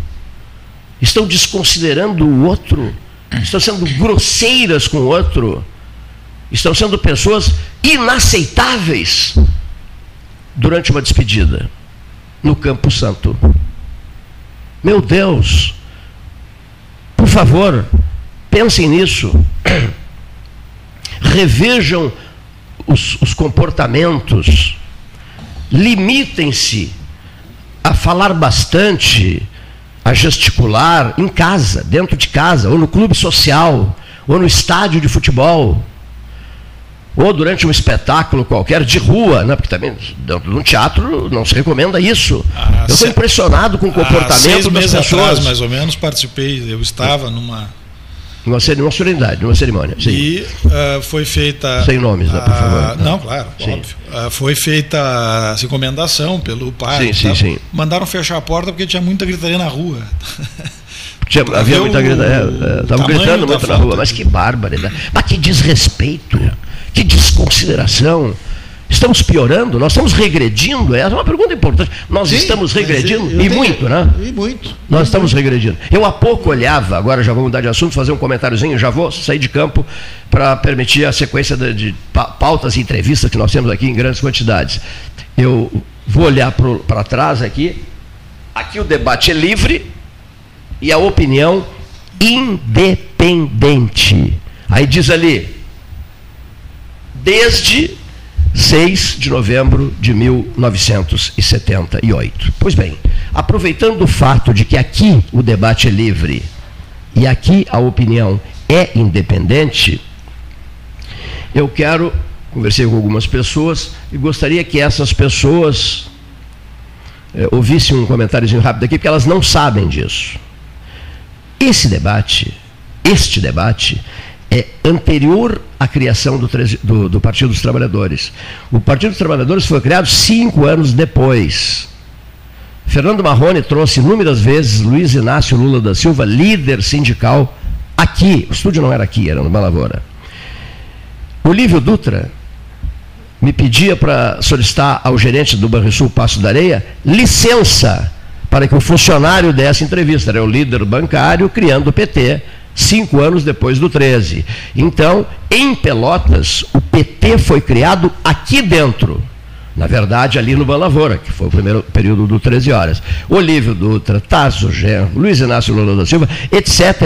Estão desconsiderando o outro. Estão sendo grosseiras com o outro. estão sendo pessoas inaceitáveis durante uma despedida no Campo Santo. Meu Deus, por favor, pensem nisso, revejam os comportamentos, limitem-se a falar bastante, a gesticular em casa, dentro de casa, ou no clube social, ou no estádio de futebol, ou durante um espetáculo qualquer de rua, né? Porque também dentro de um teatro não se recomenda isso. Eu estou impressionado com o comportamento das pessoas. 6 meses atrás, mais ou menos, participei, eu estava numa solenidade, numa cerimônia. Sim. E foi feita... Sem nomes, por favor. Não, claro, óbvio. Foi feita a recomendação pelo pai. Sim. Mandaram fechar a porta porque tinha muita gritaria na rua. Havia muita gritaria. Estavam gritando muito na rua. Mas que barbaridade. Mas que desrespeito. Que desconsideração. Estamos piorando? Nós estamos regredindo? Essa é uma pergunta importante. Nós estamos regredindo? Muito, né? E muito. Nós estamos regredindo. Eu há pouco olhava, agora já vou mudar de assunto, fazer um comentáriozinho, já vou sair de campo para permitir a sequência de pautas e entrevistas que nós temos aqui em grandes quantidades. Eu vou olhar para trás aqui. Aqui o debate é livre e a opinião independente. Aí diz ali, desde 6 de novembro de 1978. Pois bem, aproveitando o fato de que aqui o debate é livre e aqui a opinião é independente, eu conversei com algumas pessoas e gostaria que essas pessoas ouvissem um comentáriozinho rápido aqui, porque elas não sabem disso. Este debate é anterior à criação do Partido dos Trabalhadores. O Partido dos Trabalhadores foi criado 5 anos depois. Fernando Marrone trouxe inúmeras vezes Luiz Inácio Lula da Silva, líder sindical, aqui. O estúdio não era aqui, era no Malavoura. Olívio Dutra me pedia para solicitar ao gerente do Banrisul Passo da Areia licença para que o funcionário desse entrevista. Era o líder bancário criando o PT, 5 anos depois do 13. Então, em Pelotas, o PT foi criado aqui dentro. Na verdade, ali no Banlavoura, que foi o primeiro período do 13 horas. Olívio Dutra, Tasso Genro, Luiz Inácio Lula da Silva, etc.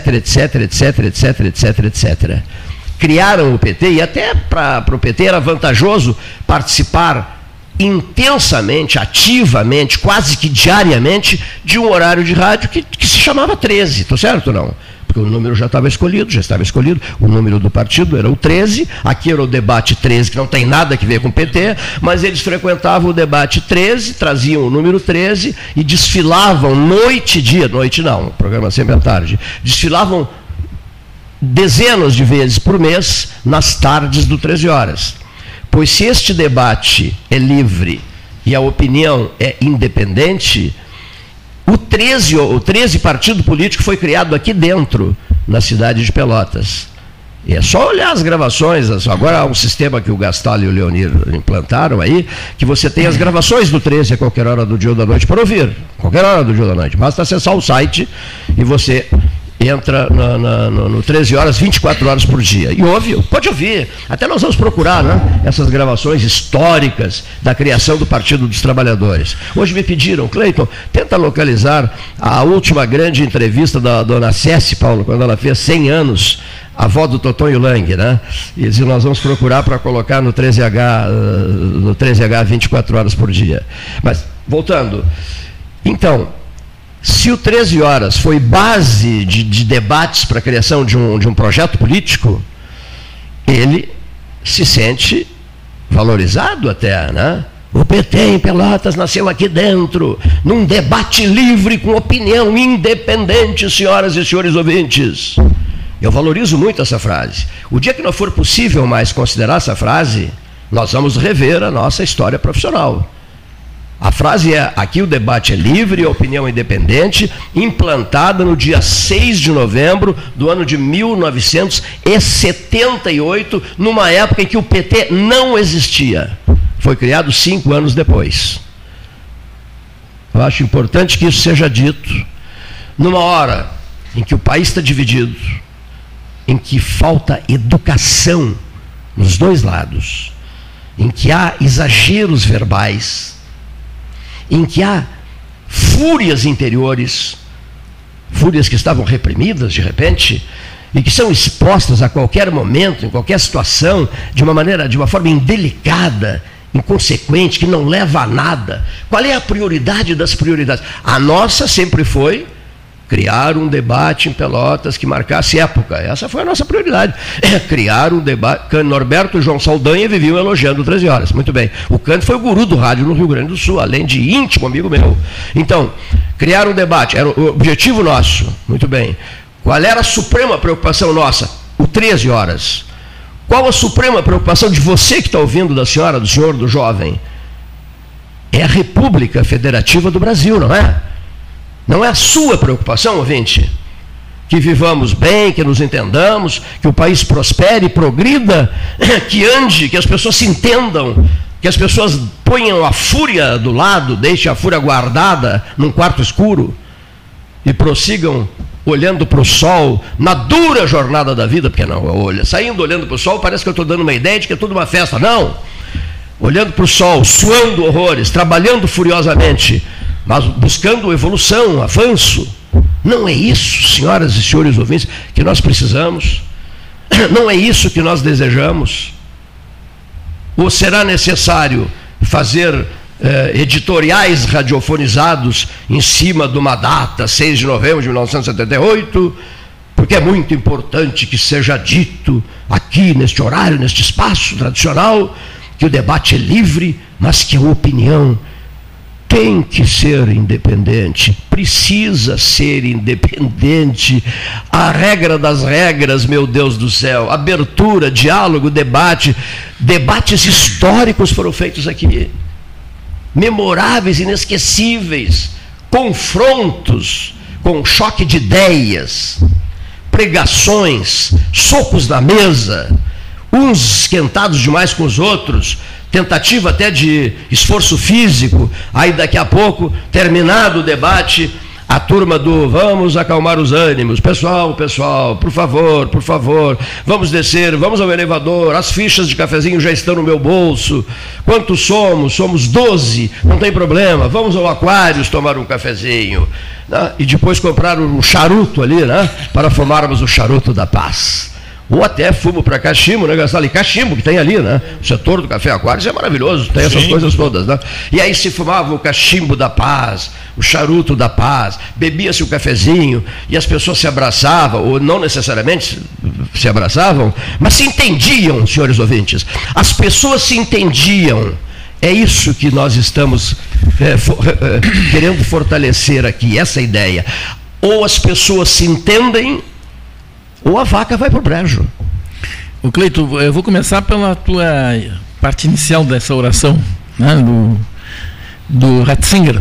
Criaram o PT, e até para o PT era vantajoso participar intensamente, ativamente, quase que diariamente, de um horário de rádio que se chamava 13, estou certo ou não? Porque o número já estava escolhido, o número do partido era o 13, aqui era o debate 13, que não tem nada a ver com o PT, mas eles frequentavam o debate 13, traziam o número 13 e desfilavam noite e dia, noite não, o programa sempre à tarde, desfilavam dezenas de vezes por mês nas tardes do 13 horas. Pois se este debate é livre e a opinião é independente, o 13 partido político foi criado aqui dentro, na cidade de Pelotas. E é só olhar as gravações, agora há um sistema que o Gastal e o Leonir implantaram aí, que você tem as gravações do 13 a qualquer hora do dia ou da noite para ouvir, qualquer hora do dia ou da noite. Basta acessar o site e você entra no 13 horas, 24 horas por dia. E ouve, pode ouvir. Até nós vamos procurar, né, essas gravações históricas da criação do Partido dos Trabalhadores. Hoje me pediram, Cleiton, tenta localizar a última grande entrevista da dona Céci, Paulo, quando ela fez 100 anos, a avó do Totonho Lang, né? E nós vamos procurar para colocar no 13H 24 horas por dia. Mas, voltando, então, se o 13 horas foi base de debates para a criação de um projeto político, ele se sente valorizado até, né? O PT em Pelotas nasceu aqui dentro, num debate livre com opinião independente, senhoras e senhores ouvintes. Eu valorizo muito essa frase. O dia que não for possível mais considerar essa frase, nós vamos rever a nossa história profissional. A frase é, aqui o debate é livre, a opinião independente, implantada no dia 6 de novembro do ano de 1978, numa época em que o PT não existia. Foi criado 5 anos depois. Eu acho importante que isso seja dito, numa hora em que o país está dividido, em que falta educação nos dois lados, em que há exageros verbais, em que há fúrias interiores, fúrias que estavam reprimidas de repente, e que são expostas a qualquer momento, em qualquer situação, de uma forma indelicada, inconsequente, que não leva a nada. Qual é a prioridade das prioridades? A nossa sempre foi criar um debate em Pelotas que marcasse época. Essa foi a nossa prioridade. Criar um debate. Norberto e João Saldanha viviam elogiando 13 horas. Muito bem. O Cândido foi o guru do rádio no Rio Grande do Sul, além de íntimo amigo meu. Então, criar um debate era o objetivo nosso. Muito bem. Qual era a suprema preocupação nossa? O 13 horas. Qual a suprema preocupação de você que está ouvindo, da senhora, do senhor, do jovem? É a República Federativa do Brasil, não é? Não é a sua preocupação, ouvinte? Que vivamos bem, que nos entendamos, que o país prospere, progrida, que ande, que as pessoas se entendam, que as pessoas ponham a fúria do lado, deixem a fúria guardada num quarto escuro e prossigam olhando para o sol, na dura jornada da vida, porque não, saindo olhando para o sol, parece que eu estou dando uma ideia de que é tudo uma festa. Não! Olhando para o sol, suando horrores, trabalhando furiosamente, mas buscando evolução, avanço. Não é isso, senhoras e senhores ouvintes, que nós precisamos? Não é isso que nós desejamos? Ou será necessário fazer editoriais radiofonizados em cima de uma data, 6 de novembro de 1978, porque é muito importante que seja dito aqui, neste horário, neste espaço tradicional, que o debate é livre, mas que a opinião tem que ser independente, precisa ser independente. A regra das regras, meu Deus do céu, abertura, diálogo, debate, debates históricos foram feitos aqui, memoráveis, inesquecíveis, confrontos com choque de ideias, pregações, socos na mesa, uns esquentados demais com os outros, tentativa até de esforço físico. Aí daqui a pouco, terminado o debate, a turma do vamos acalmar os ânimos, pessoal, por favor, vamos descer, vamos ao elevador, as fichas de cafezinho já estão no meu bolso, quantos somos? Somos 12, não tem problema, vamos ao Aquários tomar um cafezinho, né? E depois comprar um charuto ali, né? Para fumarmos o charuto da paz. Ou até fumo para cachimbo, né, Gastal? E cachimbo que tem ali, né? O setor do Café Aquários é maravilhoso, tem essas coisas todas, né? E aí se fumava o cachimbo da paz, o charuto da paz, bebia-se o cafezinho e as pessoas se abraçavam, ou não necessariamente se abraçavam, mas se entendiam, senhores ouvintes. As pessoas se entendiam. É isso que nós estamos querendo fortalecer aqui, essa ideia. Ou as pessoas se entendem, ou a vaca vai para o brejo. O Cleito, eu vou começar pela tua parte inicial dessa oração, né, do Ratzinger.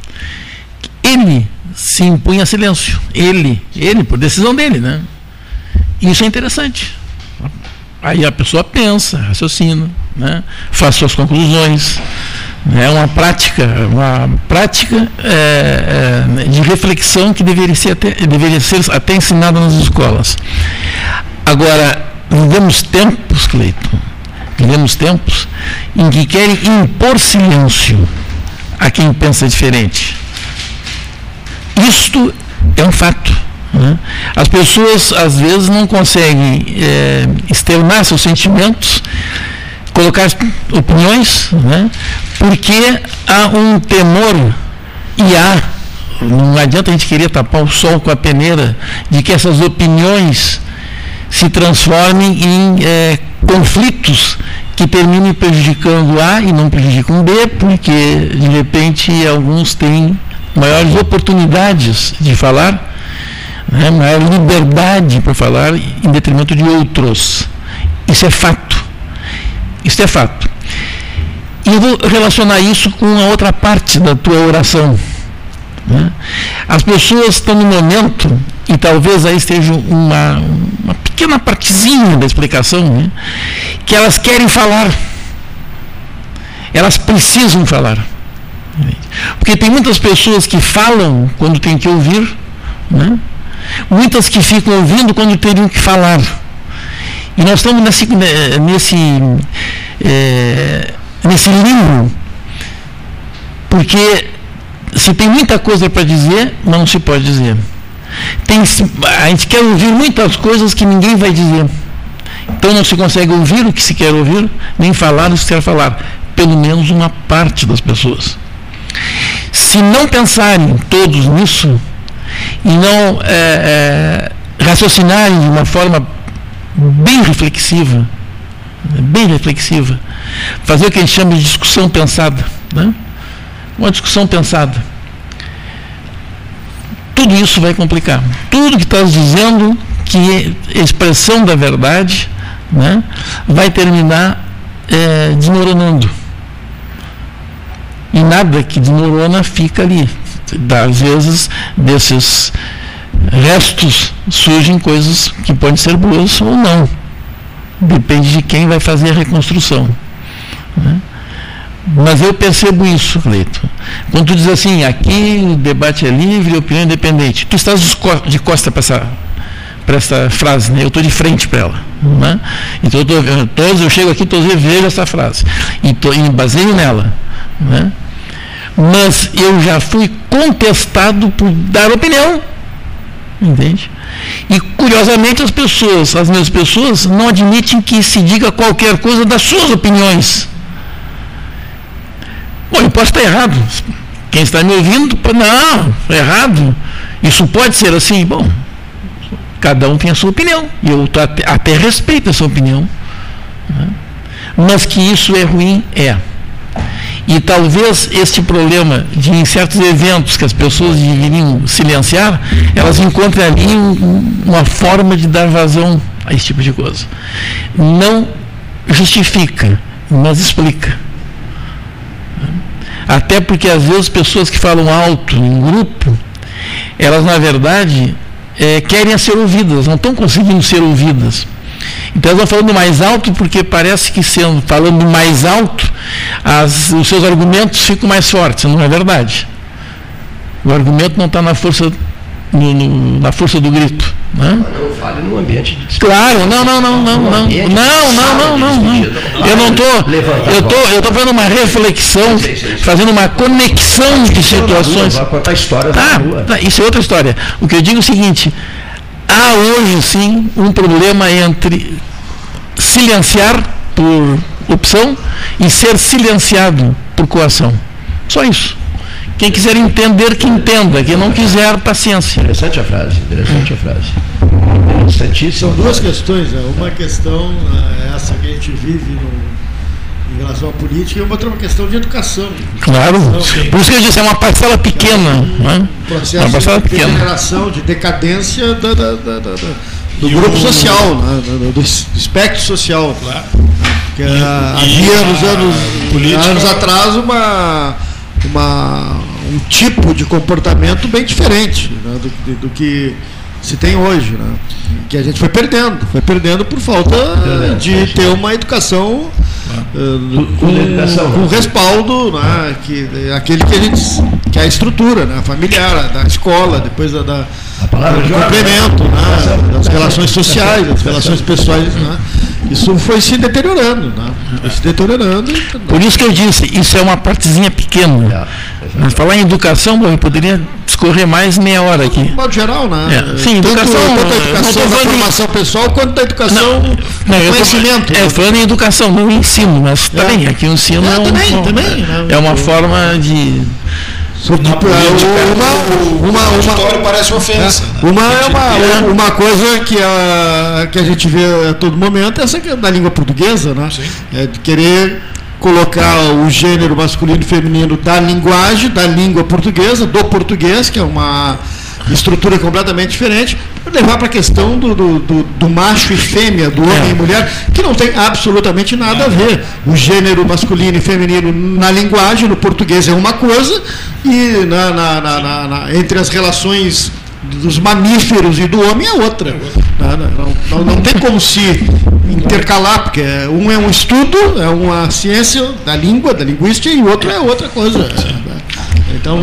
Ele se impunha a silêncio. Ele, por decisão dele, né? Isso é interessante. Aí a pessoa pensa, raciocina, né, faz suas conclusões. É uma prática de reflexão que deveria ser até ensinada nas escolas. Agora, vivemos tempos, Cleiton, em que querem impor silêncio a quem pensa diferente. Isto é um fato, né? As pessoas, às vezes, não conseguem externar seus sentimentos, colocar opiniões, né? Porque há um temor, e não adianta a gente querer tapar o sol com a peneira, de que essas opiniões se transformem em conflitos que terminem prejudicando A e não prejudicam B, porque de repente alguns têm maiores oportunidades de falar, né? Maior liberdade para falar em detrimento de outros. Isso é fato. E eu vou relacionar isso com a outra parte da tua oração, né? As pessoas estão no momento, e talvez aí esteja uma pequena partezinha da explicação, né? Que elas querem falar, elas precisam falar, porque tem muitas pessoas que falam quando tem que ouvir, né? Muitas que ficam ouvindo quando teriam que falar. E nós estamos nesse limbo, porque se tem muita coisa para dizer, mas não se pode dizer. A gente quer ouvir muitas coisas que ninguém vai dizer. Então não se consegue ouvir o que se quer ouvir, nem falar o que se quer falar. Pelo menos uma parte das pessoas. Se não pensarem todos nisso, e não raciocinarem de uma forma bem reflexiva, fazer o que a gente chama de discussão pensada, né? Uma discussão pensada, tudo isso vai complicar. Tudo que estás dizendo, que é expressão da verdade, né, vai terminar desmoronando. E nada que desmorona fica ali. Às vezes, desses restos surgem coisas que podem ser boas ou não. Depende de quem vai fazer a reconstrução, né? Mas eu percebo isso, Cleiton. Quando tu diz assim, aqui o debate é livre, a opinião é independente, tu estás de costa para essa frase, né? Eu estou de frente para ela, né? Então eu chego aqui, todos eu vejo essa frase e baseio nela, né? Mas eu já fui contestado por dar opinião, entende? E curiosamente as mesmas pessoas não admitem que se diga qualquer coisa das suas opiniões. Bom, eu posso estar errado. Quem está me ouvindo, não, é errado. Isso pode ser assim. Bom, cada um tem a sua opinião. E eu até respeito a sua opinião, né? Mas que isso é ruim, é. E talvez este problema de, em certos eventos que as pessoas deveriam silenciar, elas encontrem ali uma forma de dar vazão a esse tipo de coisa. Não justifica, mas explica. Até porque às vezes pessoas que falam alto em grupo, elas na verdade querem ser ouvidas, não estão conseguindo ser ouvidas. Então elas estão falando mais alto porque parece que falando mais alto os seus argumentos ficam mais fortes. Não é verdade. O argumento não está na força na força do grito, né? Não fale no ambiente de claro, não. Eu estou fazendo uma reflexão, fazendo uma conexão de situações. Isso é outra história. O que eu digo é o seguinte: há hoje sim um problema entre silenciar por opção e ser silenciado por coação. Só isso. Quem quiser entender, que entenda. Quem não quiser, paciência. Interessante a frase. São duas questões. Uma questão é essa que a gente vive em relação à política, e uma outra questão de educação. Claro. Por isso que eu disse, é uma parcela pequena. Né? Processo uma parcela de degeneração, de decadência do grupo social, né? do espectro social. Claro. Que havia nos anos atrás um tipo de comportamento bem diferente, né, do que se tem hoje, né, que a gente foi perdendo por falta de ter uma educação com respaldo, né, aquele que é a estrutura, né, familiar, da escola, depois do complemento, né, das relações sociais, das relações pessoais, né. Isso foi se deteriorando, né? Por isso que eu disse, isso é uma partezinha pequena. Falar em educação, eu poderia discorrer mais meia hora aqui. De modo geral, né? Sim, tanto a educação da formação pessoal, quanto da educação do conhecimento. Falando em educação, não em ensino, mas também, aqui o ensino é uma forma de... Uma parece ofensa. Uma coisa que a gente vê a todo momento é essa da língua portuguesa, né? É de querer colocar o gênero masculino e feminino da linguagem, da língua portuguesa, do português, que é uma estrutura completamente diferente, levar para a questão do macho e fêmea, do homem e mulher, que não tem absolutamente nada a ver. O gênero masculino e feminino na linguagem, no português, é uma coisa, e entre as relações dos mamíferos e do homem é outra. Não tem como se intercalar, porque um é um estudo, é uma ciência da língua, da linguística, e o outro é outra coisa. Então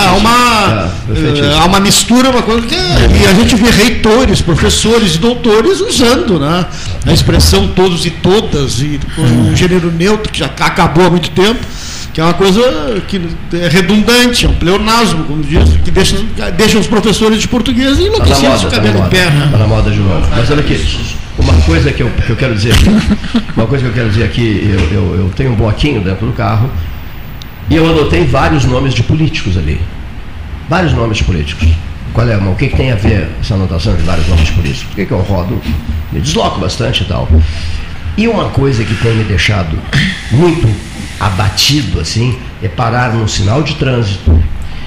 há uma mistura, uma coisa e a gente vê reitores, professores e doutores usando, né, a expressão todos e todas, e o gênero neutro, que já acabou há muito tempo, que é uma coisa que é redundante, é um pleonasmo, como diz, que deixa os professores de português enlouquecidos de cabelo em pé. Está na moda de novo. Mas olha aqui, uma coisa que eu quero dizer aqui, eu tenho um bloquinho dentro do carro e eu anotei vários nomes de políticos ali. Vários nomes de políticos. Qual é, o que tem a ver essa anotação de vários nomes de políticos? Por que eu rodo? Me desloco bastante e tal. E uma coisa que tem me deixado muito abatido, assim, é parar num sinal de trânsito,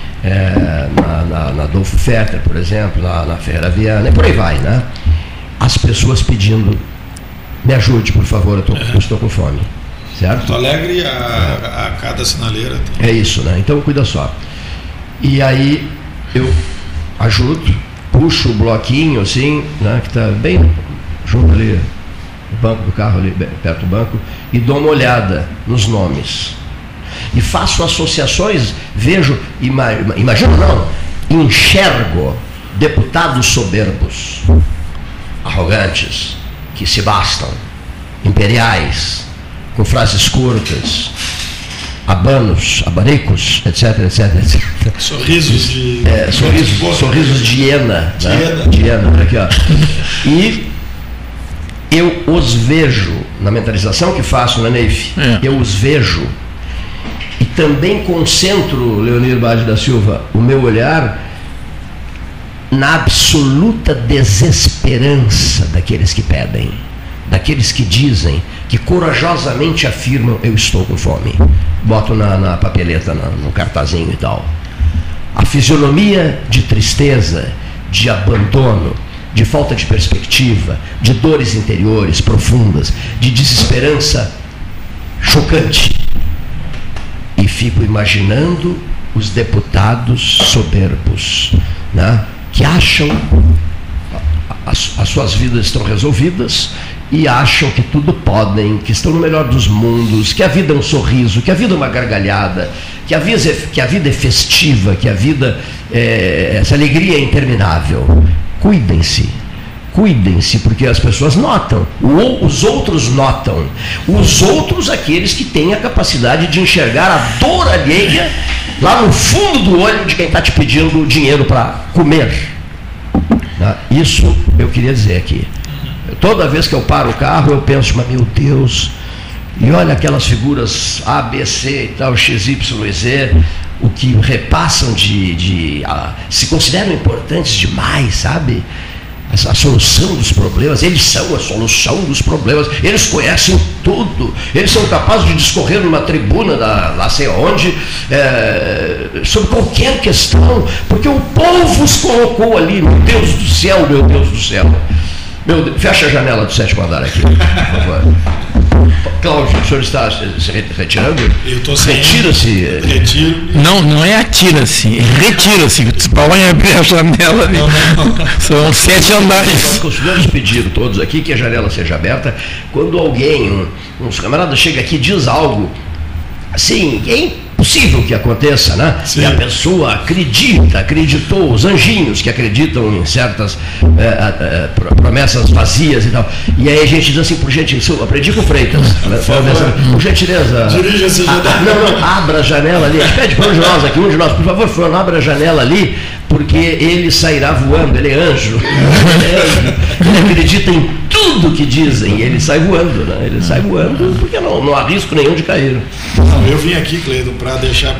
na Adolfo Fetter, por exemplo, na Ferreira Viana, e por aí vai, né? As pessoas pedindo, me ajude, por favor, eu estou com fome. Certo? Porto Alegre a cada sinaleira tem. É isso, né? Então cuida só. E aí eu ajudo, puxo o bloquinho assim, né, que está bem junto ali, no banco do carro, ali perto do banco, e dou uma olhada nos nomes. E faço associações, vejo, imagino não, enxergo deputados soberbos, arrogantes, que se bastam, imperiais, com frases curtas, abanicos, etc, etc, etc. Sorrisos de... sorrisos de hiena. De hiena, aqui, ó. E eu os vejo, na mentalização que faço na NEIF, eu os vejo e também concentro, Leonir Bade da Silva, o meu olhar na absoluta desesperança daqueles que pedem, daqueles que dizem, que corajosamente afirmam, eu estou com fome. Boto na papeleta, no cartazinho e tal. A fisionomia de tristeza, de abandono, de falta de perspectiva, de dores interiores profundas, de desesperança chocante. E fico imaginando os deputados soberbos, né, que acham as suas vidas estão resolvidas e acham que tudo podem, que estão no melhor dos mundos, que a vida é um sorriso, que a vida é uma gargalhada, que a vida é festiva, que a vida essa alegria é interminável. Cuidem-se, porque as pessoas notam, os outros notam, os outros, aqueles que têm a capacidade de enxergar a dor alheia lá no fundo do olho de quem está te pedindo dinheiro para comer. Isso eu queria dizer aqui. Toda vez que eu paro o carro, eu penso, mas meu Deus, e olha aquelas figuras A, B, C e tal, X, Y, Z, o que repassam se consideram importantes demais, sabe? A solução dos problemas, eles são a solução dos problemas, eles conhecem tudo, eles são capazes de discorrer numa tribuna lá sei onde, sobre qualquer questão, porque o povo os colocou ali. Meu Deus do céu, meu Deus do céu. Meu Deus, fecha a janela do 7º andar aqui, por favor. Cláudio, o senhor está se retirando? Eu estou sem. Retira-se. Retiro. Não é atira-se, retira-se. Podem abrir a janela ali. Não. São 7 andares. Nós costumamos pedir todos aqui que a janela seja aberta quando alguém, uns camaradas, chega aqui e diz algo assim, é impossível que aconteça, né? Sim. E a pessoa acreditou, os anjinhos que acreditam em certas promessas vazias e tal. E aí a gente diz assim, por gentileza, eu aprendi com Freitas, por gentileza. Dirija-se. Não, abra a janela ali. Pede para um de nós aqui, por favor, Fulano, abra a janela ali, porque ele sairá voando, ele é anjo. Ele acredita em tudo que dizem, ele sai voando, né? Ele sai voando porque não há risco nenhum de cair. Não, eu vim aqui, Cleiton, para deixar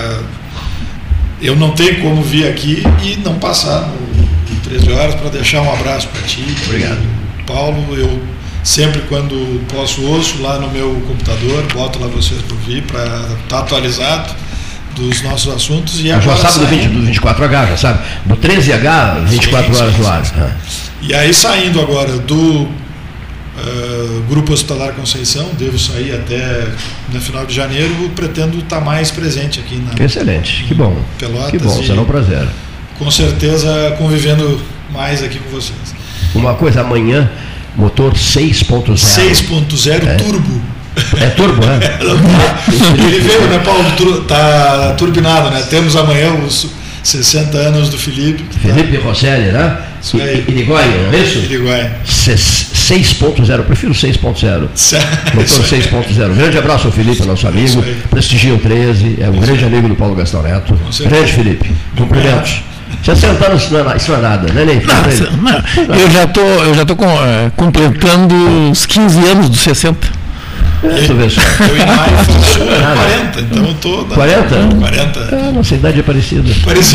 eu não tenho como vir aqui e não passar no 13 horas para deixar um abraço para ti. Obrigado. Paulo, eu sempre quando posso ouço lá no meu computador, boto lá vocês para ouvir, para estar atualizado dos nossos assuntos. E agora já sabe do 24H, já sabe? Do 13H, 24 horas no ar. E aí, saindo agora do Grupo Hospitalar Conceição, devo sair até no final de janeiro, pretendo estar mais presente aqui na Excelente, que bom. Pelotas. Que bom, será um prazer. Com certeza convivendo mais aqui com vocês. Uma coisa, amanhã, motor 6.0. 6.0 turbo. É turbo, né? Ele veio, né, Paulo? Tá turbinado, né? Temos amanhã os 60 anos do Felipe. Felipe Rosselli, né? Irigoyen, não é isso? Irigoyen. 6.0, eu prefiro 6.0. Motor 6.0. Grande abraço ao Felipe, nosso amigo. Prestigia o 13, é um grande amigo do Paulo Gastão Neto. Grande Felipe. Cumprimentos. 60 anos isso não é nada, né, Ney? Eu já estou completando os 15 anos dos 60. Eu em maio faço 40, então eu estou... 40? 40. Nossa idade é parecida.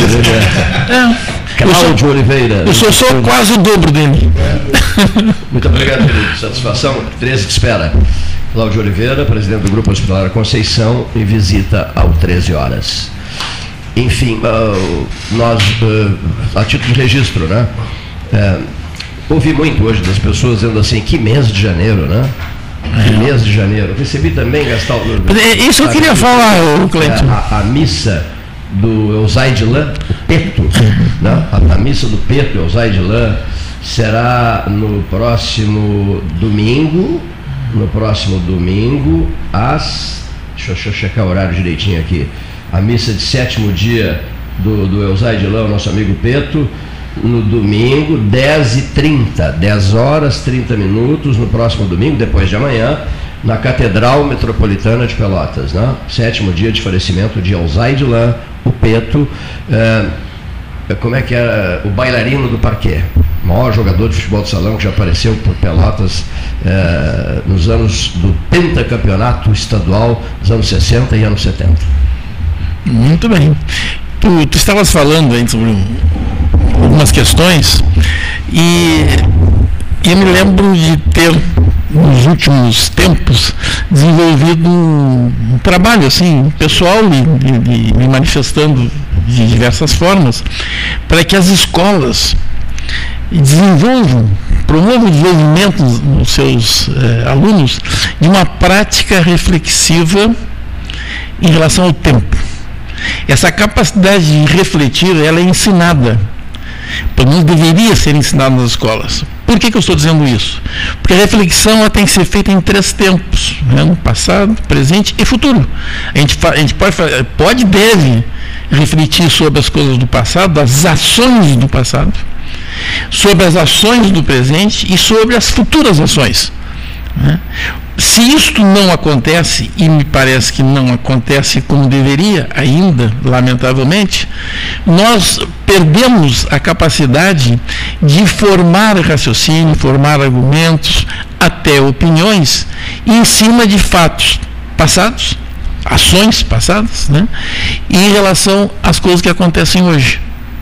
Cláudio Oliveira. Eu sou só quase o dobro dele. Muito obrigado, Felipe. Satisfação. 13 que espera. Cláudio Oliveira, presidente do Grupo Hospitalar Conceição, em visita ao 13 horas. Enfim, nós, a título de registro, né? Ouvi muito hoje das pessoas dizendo assim, que mês de janeiro, né? Que mês de janeiro. Recebi também, Gastão. Isso eu queria falar, Cleiton. A missa do Eusaidlan, o Peto, né? A missa do Peto, Eusaidlan, será no próximo domingo, deixa eu checar o horário direitinho aqui, a missa de 7º dia do Eusaidlan, o nosso amigo Peto, no domingo, 10h30, 10 horas 30 minutos, no próximo domingo, depois de amanhã, na Catedral Metropolitana de Pelotas, né? 7º dia de falecimento de Eusaidlan, o Peto, como é que era? O bailarino do parquet, maior jogador de futebol de salão que já apareceu por Pelotas nos anos do pentacampeonato estadual dos anos 60 e anos 70. Muito bem. Tu estavas falando aí sobre algumas questões e eu me lembro de ter, nos últimos tempos, desenvolvido um trabalho assim, pessoal, me manifestando de diversas formas, para que as escolas promovam o desenvolvimento nos seus alunos de uma prática reflexiva em relação ao tempo. Essa capacidade de refletir, ela é ensinada, pelo menos deveria ser ensinada nas escolas. Por que eu estou dizendo isso? Porque a reflexão ela tem que ser feita em 3 tempos, né? No passado, presente e futuro. A gente pode e deve refletir sobre as coisas do passado, as ações do passado, sobre as ações do presente e sobre as futuras ações, né? Se isto não acontece, e me parece que não acontece como deveria ainda, lamentavelmente, nós perdemos a capacidade de formar raciocínio, formar argumentos, até opiniões, em cima de fatos passados, ações passadas, né? E em relação às coisas que acontecem hoje.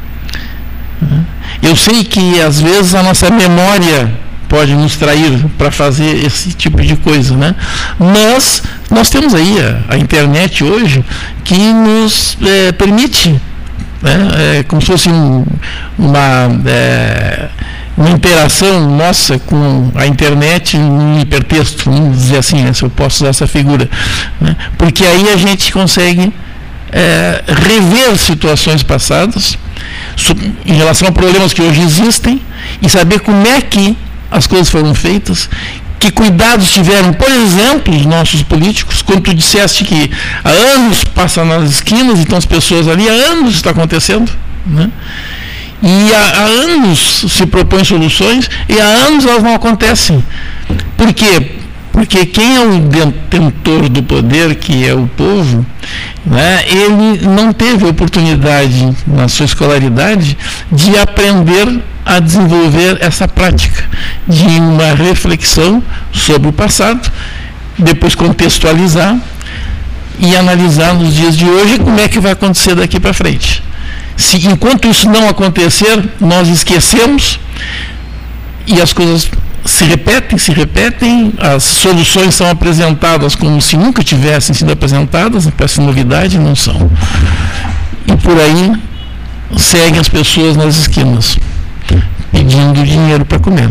Eu sei que às vezes a nossa memória pode nos trair para fazer esse tipo de coisa, né? Mas nós temos aí a internet hoje que nos permite, né? Como se fosse uma interação nossa com a internet em hipertexto, vamos dizer assim, né? Se eu posso usar essa figura, né? Porque aí a gente consegue rever situações passadas em relação a problemas que hoje existem e saber como é que as coisas foram feitas, que cuidados tiveram, por exemplo, os nossos políticos, quando tu disseste que há anos passa nas esquinas, então as pessoas ali, há anos está acontecendo, né? E há anos se propõem soluções e há anos elas não acontecem. Por quê? Porque quem é o detentor do poder, que é o povo, né, ele não teve oportunidade na sua escolaridade de aprender a desenvolver essa prática de uma reflexão sobre o passado, depois contextualizar e analisar nos dias de hoje como é que vai acontecer daqui para frente. Se enquanto isso não acontecer, nós esquecemos e as coisas se repetem, as soluções são apresentadas como se nunca tivessem sido apresentadas, parece novidade, não são. E por aí seguem as pessoas nas esquinas, pedindo dinheiro para comer.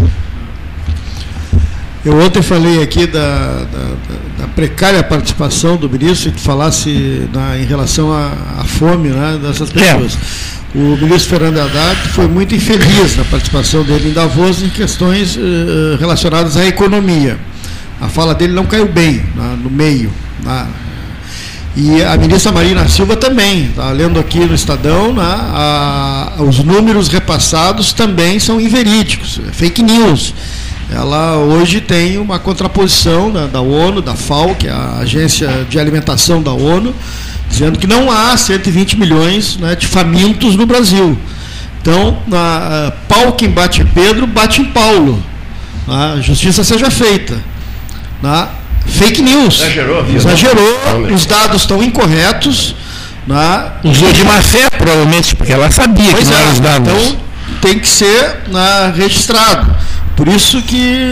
Eu ontem falei aqui da precária participação do ministro, que falasse em relação à fome, né, dessas pessoas. O ministro Fernando Haddad foi muito infeliz na participação dele em Davos em questões relacionadas à economia. a fala dele não caiu bem no meio. E a ministra Marina Silva também, está lendo aqui no Estadão, os números repassados também são inverídicos, fake news. Ela hoje tem uma contraposição da ONU, da FAO, que é a Agência de Alimentação da ONU, dizendo que não há 120 milhões, né, de famintos no Brasil. Então, pau quem bate em Pedro, bate em Paulo. A justiça seja feita. Fake news. Exagerou, os dados estão incorretos. Usou de má fé, provavelmente, porque ela sabia que não eram os dados. Então, tem que ser registrado. Por isso que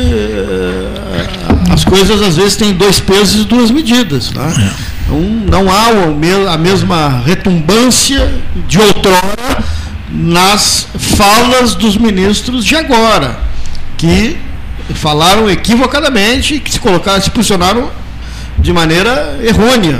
as coisas, às vezes, têm 2 pesos e 2 medidas. Então, não há a mesma retumbância de outrora nas falas dos ministros de agora, que falaram equivocadamente, que se posicionaram de maneira errônea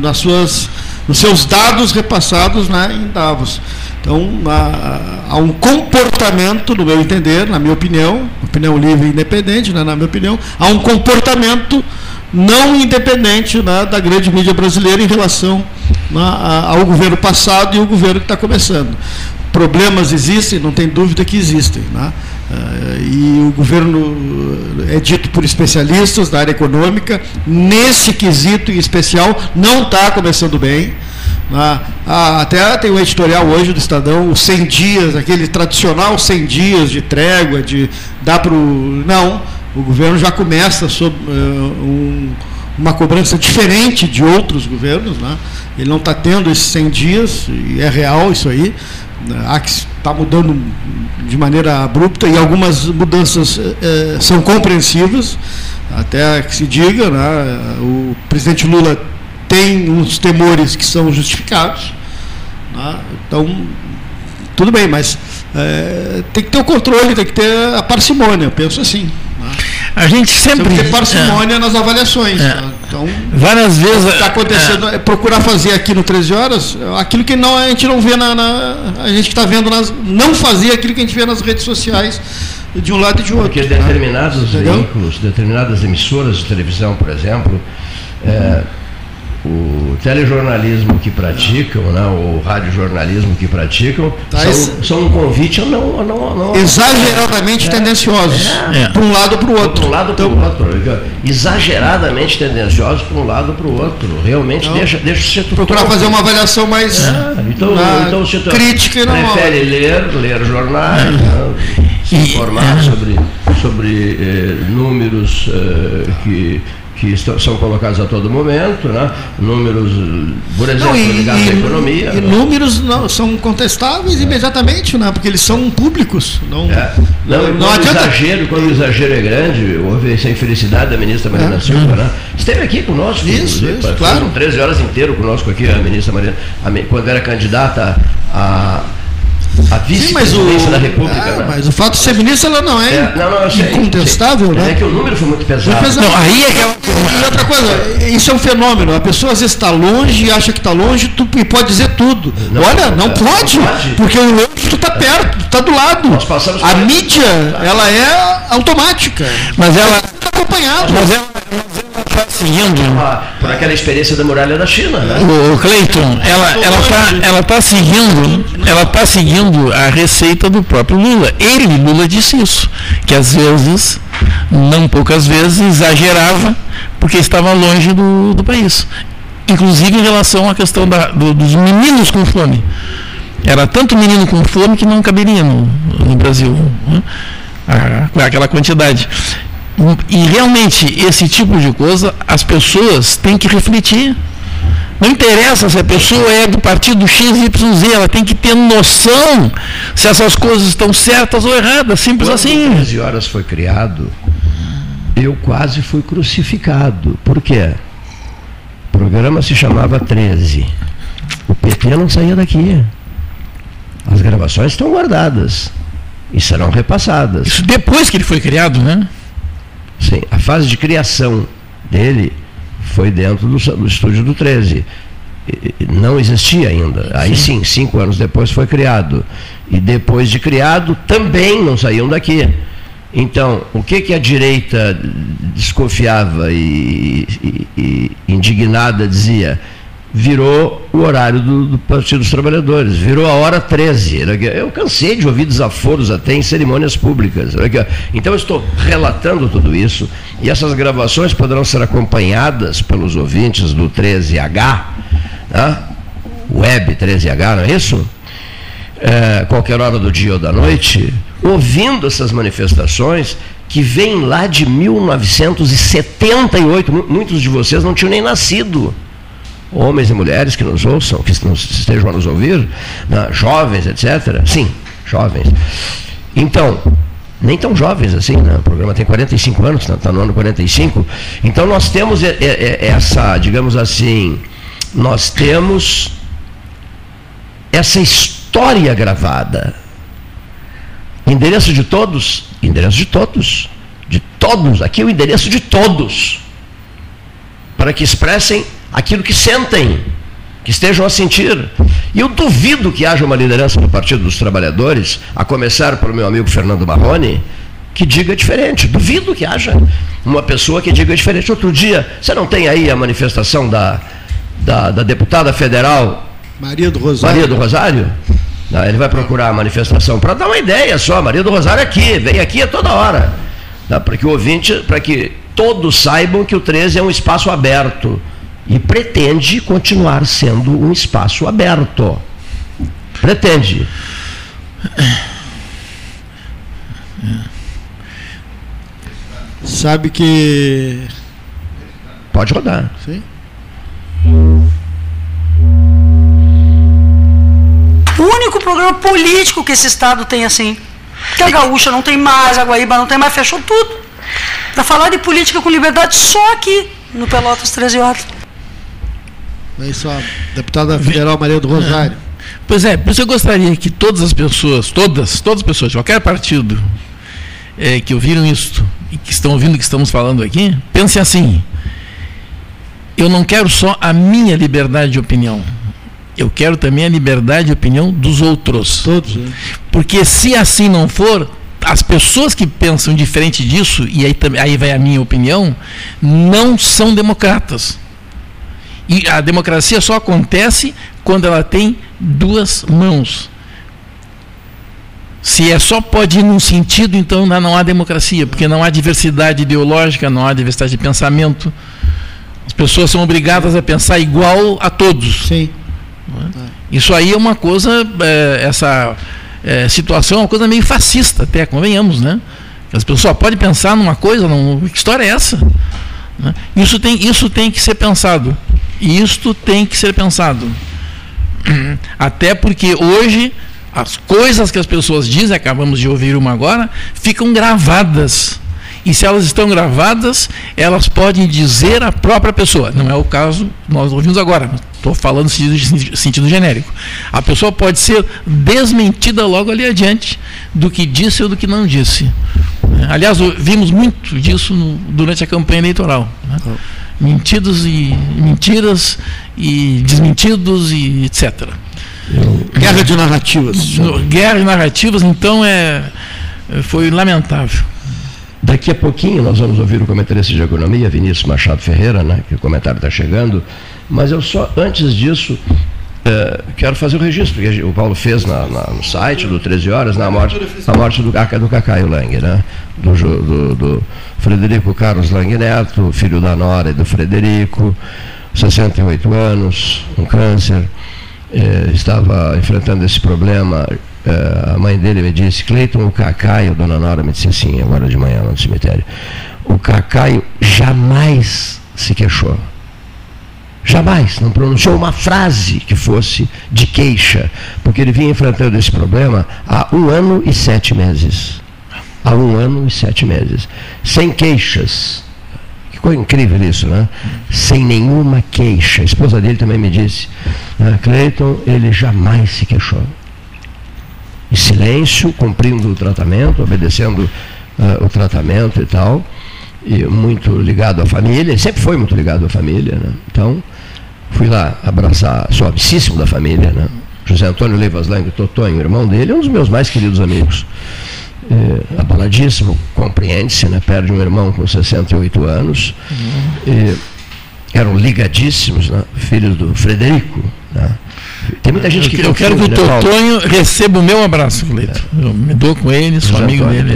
nos seus dados repassados em Davos. Então, há um comportamento, no meu entender, na minha opinião livre e independente, na minha opinião, há um comportamento não independente da grande mídia brasileira em relação ao governo passado e o governo que está começando. Problemas existem, não tem dúvida que existem. E o governo é dito por especialistas da área econômica, nesse quesito em especial, não está começando bem. Até tem um editorial hoje do Estadão, os 100 dias, aquele tradicional 100 dias de trégua, de dar para o... Não, o governo já começa sob uma cobrança diferente de outros governos. Ele não está tendo esses 100 dias, e é real isso aí. Está mudando de maneira abrupta, e algumas mudanças são compreensivas, até que se diga, o presidente Lula tem uns temores que são justificados, então tudo bem, mas tem que ter o controle, tem que ter a parcimônia, eu penso assim. A gente sempre tem que ter parcimônia nas avaliações. Então, várias vezes o que está acontecendo é procurar fazer aqui no 13 horas aquilo que a gente não vê a gente está vendo não fazer aquilo que a gente vê nas redes sociais de um lado e de outro. Porque determinados veículos, determinadas emissoras de televisão, por exemplo, o telejornalismo que praticam, o radiojornalismo que praticam, são um convite a não exageradamente tendenciosos, para um lado ou para o outro. Exageradamente tendenciosos para um lado ou para o outro. Realmente deixa o setor procurar fazer uma avaliação mais então o setor crítica e não prefere ler jornais, se informar sobre números que são colocados a todo momento, números, por exemplo, ligados à economia. E números são contestáveis imediatamente, porque eles são públicos. Não adianta. Quando o exagero é grande, houve essa infelicidade da ministra Marina Silva, esteve aqui conosco, isso, claro. 13 horas inteiro conosco aqui, a ministra Marina, quando era candidata a vice-presidência da República. Mas o fato de ser ministra, ela não é incontestável. É que o número foi muito pesado. Aí é que e outra coisa, isso é um fenômeno. A pessoa às vezes está longe e acha que está longe e pode dizer tudo. Não pode, porque o longe tu está perto, tu está do lado. A mídia, ela é automática. Mas ela está acompanhada. Mas ela está seguindo por aquela experiência da muralha da China, O Cleiton, ela está seguindo a receita do próprio Lula. Lula disse isso, que às vezes, não poucas vezes, exagerava porque estava longe do país. Inclusive em relação à questão dos meninos com fome. Era tanto menino com fome que não caberia no Brasil, aquela quantidade. E realmente, esse tipo de coisa, as pessoas têm que refletir. Não interessa se a pessoa é do partido XYZ, ela tem que ter noção se essas coisas estão certas ou erradas, simples assim. Quando 13 horas foi criado, eu quase fui crucificado. Por quê? O programa se chamava 13. O PT não saía daqui. As gravações estão guardadas e serão repassadas. Isso depois que ele foi criado, né? Sim, a fase de criação dele foi dentro do estúdio do 13. Não existia ainda. Aí sim, 5 anos depois foi criado. E depois de criado, também não saíam daqui. Então, o que a direita desconfiava e indignada dizia? Virou o horário do Partido dos Trabalhadores, virou a hora 13. Eu cansei de ouvir desaforos até em cerimônias públicas. Então eu estou relatando tudo isso, e essas gravações poderão ser acompanhadas pelos ouvintes do 13H, né? Web 13H, não é isso? Qualquer hora do dia ou da noite, ouvindo essas manifestações que vêm lá de 1978, muitos de vocês não tinham nem nascido. Homens e mulheres que nos ouçam, que estejam a nos ouvir, né? Jovens, etc. Sim, jovens. Então, nem tão jovens assim, né? O programa tem 45 anos, está no ano 45. Então nós temos essa, digamos assim, nós temos essa história gravada. Endereço de todos? Endereço de todos. De todos. Aqui é o endereço de todos. Para que expressem aquilo que sentem, que estejam a sentir. E eu duvido que haja uma liderança do Partido dos Trabalhadores, a começar pelo meu amigo Fernando Marrone, que diga diferente. Duvido que haja uma pessoa que diga diferente. Outro dia, você não tem aí a manifestação da deputada federal Maria do Rosário? Maria do Rosário? Não, ele vai procurar a manifestação para dar uma ideia só. Maria do Rosário aqui, vem aqui a toda hora. Para que o ouvinte, para que todos saibam que o 13 é um espaço aberto. E pretende continuar sendo um espaço aberto. Pretende. Sabe que... Pode rodar. Sim. O único programa político que esse Estado tem assim. Que a Gaúcha não tem mais, a Guaíba não tem mais, fechou tudo. Para falar de política com liberdade só aqui, no Pelotas 13 horas. É isso, a deputada federal Maria do Rosário. Pois é, por isso eu gostaria que todas as pessoas, todas as pessoas, de qualquer partido que ouviram isso e que estão ouvindo o que estamos falando aqui, pensem assim: eu não quero só a minha liberdade de opinião, eu quero também a liberdade de opinião dos outros. Todos, né? Porque se assim não for, as pessoas que pensam diferente disso, e aí vai a minha opinião, não são democratas. E a democracia só acontece quando ela tem duas mãos. Se só pode ir num sentido, então não há democracia, porque não há diversidade ideológica, não há diversidade de pensamento. As pessoas são obrigadas a pensar igual a todos. Sim. Isso aí é uma coisa, essa situação é uma coisa meio fascista, até, convenhamos, né? As pessoas só podem pensar numa coisa, que história é essa? Né? Isso tem que ser pensado. Isto tem que ser pensado. Até porque hoje as coisas que as pessoas dizem, acabamos de ouvir uma agora, ficam gravadas. E se elas estão gravadas, elas podem dizer a própria pessoa. Não é o caso que nós ouvimos agora. Estou falando em sentido genérico. A pessoa pode ser desmentida logo ali adiante do que disse ou do que não disse. Aliás, vimos muito disso durante a campanha eleitoral. Né? Mentiras e desmentidos e etc. Guerra de narrativas. Guerra de narrativas, então foi lamentável. Daqui a pouquinho nós vamos ouvir o comentarista de economia, Vinícius Machado Ferreira, né, que o comentário está chegando, mas eu só, antes disso, quero fazer o registro, porque o Paulo fez no site do 13 horas, a morte do Cacaio Lang, né, do Frederico Carlos Lang Neto, filho da Nora e do Frederico, 68 anos, um câncer, estava enfrentando esse problema. A mãe dele me disse: Cleiton, o Cacaio, a dona Nora me disse assim, agora de manhã lá no cemitério, o Cacaio jamais se queixou. Jamais, não pronunciou uma frase que fosse de queixa, porque ele vinha enfrentando esse problema há 1 ano e 7 meses. Há 1 ano e 7 meses. Sem queixas. Que coisa incrível isso, né? Sem nenhuma queixa. A esposa dele também me disse, Cleiton, ele jamais se queixou. Em silêncio, cumprindo o tratamento, obedecendo o tratamento e tal, e muito ligado à família, sempre foi muito ligado à família, né? Então, fui lá abraçar, sou amicíssimo da família, né? José Antônio Leivas Lang Totonho, irmão dele, é um dos meus mais queridos amigos. abaladíssimo, compreende-se, né? Perde um irmão com 68 anos. Eram ligadíssimos, né? Filhos do Frederico, né? Tem muita gente que... Eu quero que o Totonho receba o meu abraço, Cleiton. Eu me dou com ele, sou amigo dele.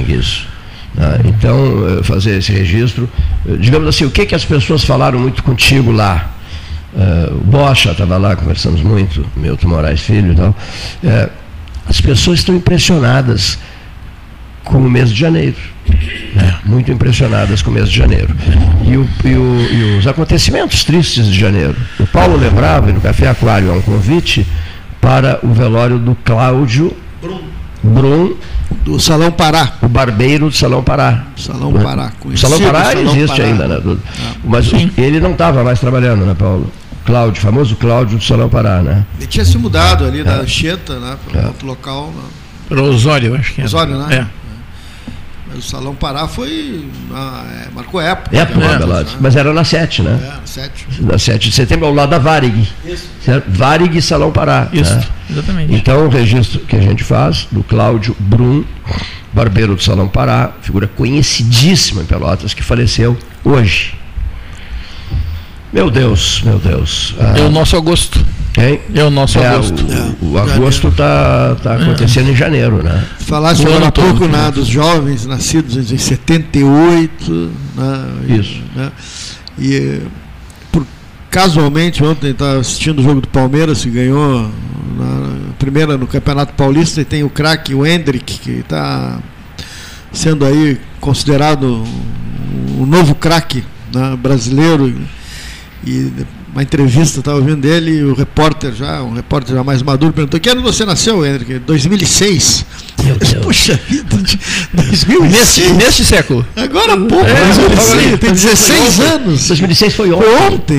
Então, fazer esse registro. Digamos assim, o que as pessoas falaram muito contigo lá? O Bocha estava lá, conversamos muito, Milton Moraes Filho e tal. As pessoas estão impressionadas com o mês de janeiro. Muito impressionadas com o mês de janeiro. E os acontecimentos tristes de janeiro. O Paulo lembrava, e no Café Aquário há um convite para o velório do Cláudio Brum, do Salão Pará. O barbeiro do Salão Pará. Salão Pará. O Salão Pará existe ainda, né? Mas ele não estava mais trabalhando, né, Paulo? Cláudio, famoso Cláudio do Salão Pará, né? Ele tinha se mudado ali da Anchieta, né? Para outro local. Né? Para o Osório, eu acho que é. Osório, né? Mas o Salão Pará foi. Marcou época. Né? Mas era na 7, né? Na 7 de setembro, ao lado da Varig. Isso. Varig e Salão Pará. Isso, né? Exatamente. Então, o registro que a gente faz do Cláudio Brum, barbeiro do Salão Pará, figura conhecidíssima em Pelotas, que faleceu hoje. Meu Deus. É o nosso agosto. Hein? É o nosso agosto. O agosto está acontecendo em janeiro, né? Falasse agora há pouco dos jovens nascidos em 78. Né? Isso. Né? E casualmente ontem estava assistindo o jogo do Palmeiras, que ganhou na primeira no Campeonato Paulista, e tem o craque, o Hendrick, que está sendo aí considerado o novo craque, né, brasileiro. E uma entrevista, estava ouvindo dele, e um repórter já mais maduro, perguntou: que ano você nasceu, Hendrick? 2006. Puxa vida, 2006. Neste século. Agora há pouco, 2006, tem 16 anos. 2006 foi ontem.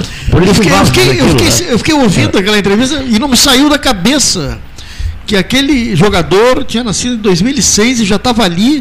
Eu fiquei ouvindo aquela entrevista e não me saiu da cabeça que aquele jogador tinha nascido em 2006 e já estava ali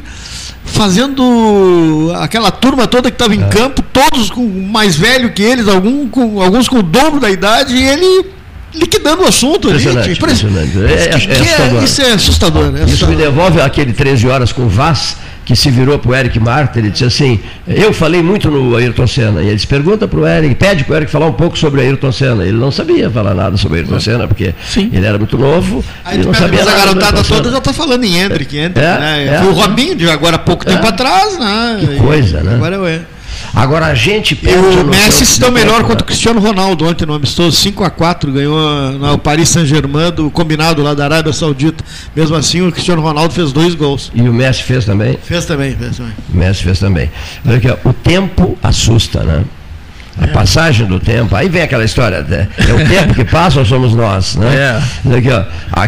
fazendo aquela turma toda que estava em campo, todos com mais velho que eles, alguns com o dobro da idade, e ele liquidando o assunto ali. Impressionante. Isso é assustador. Isso me devolve aquele 13 horas com o Vaz, que se virou para o Eric Marta. Ele disse assim: eu falei muito no Ayrton Senna. E eles perguntam para o Eric, pede para o Eric falar um pouco sobre o Ayrton Senna. Ele não sabia falar nada sobre o Ayrton Senna, porque ele era muito novo. Aí ele não sabia nada. A garotada toda já está falando em Hendrick. Né? Foi o Robinho de agora há pouco tempo atrás. Né? Que coisa, né? Agora a gente perde. O Messi se deu melhor contra o Cristiano Ronaldo ontem no amistoso, 5-4, ganhou no Paris Saint-Germain, do combinado lá da Arábia Saudita. Mesmo assim, o Cristiano Ronaldo fez 2 gols. E o Messi fez também? Fez também. O Messi fez também. Olha aqui, ó, o tempo assusta, né? A passagem do tempo, aí vem aquela história, é o tempo que passa ou somos nós, né? Aqui, ó,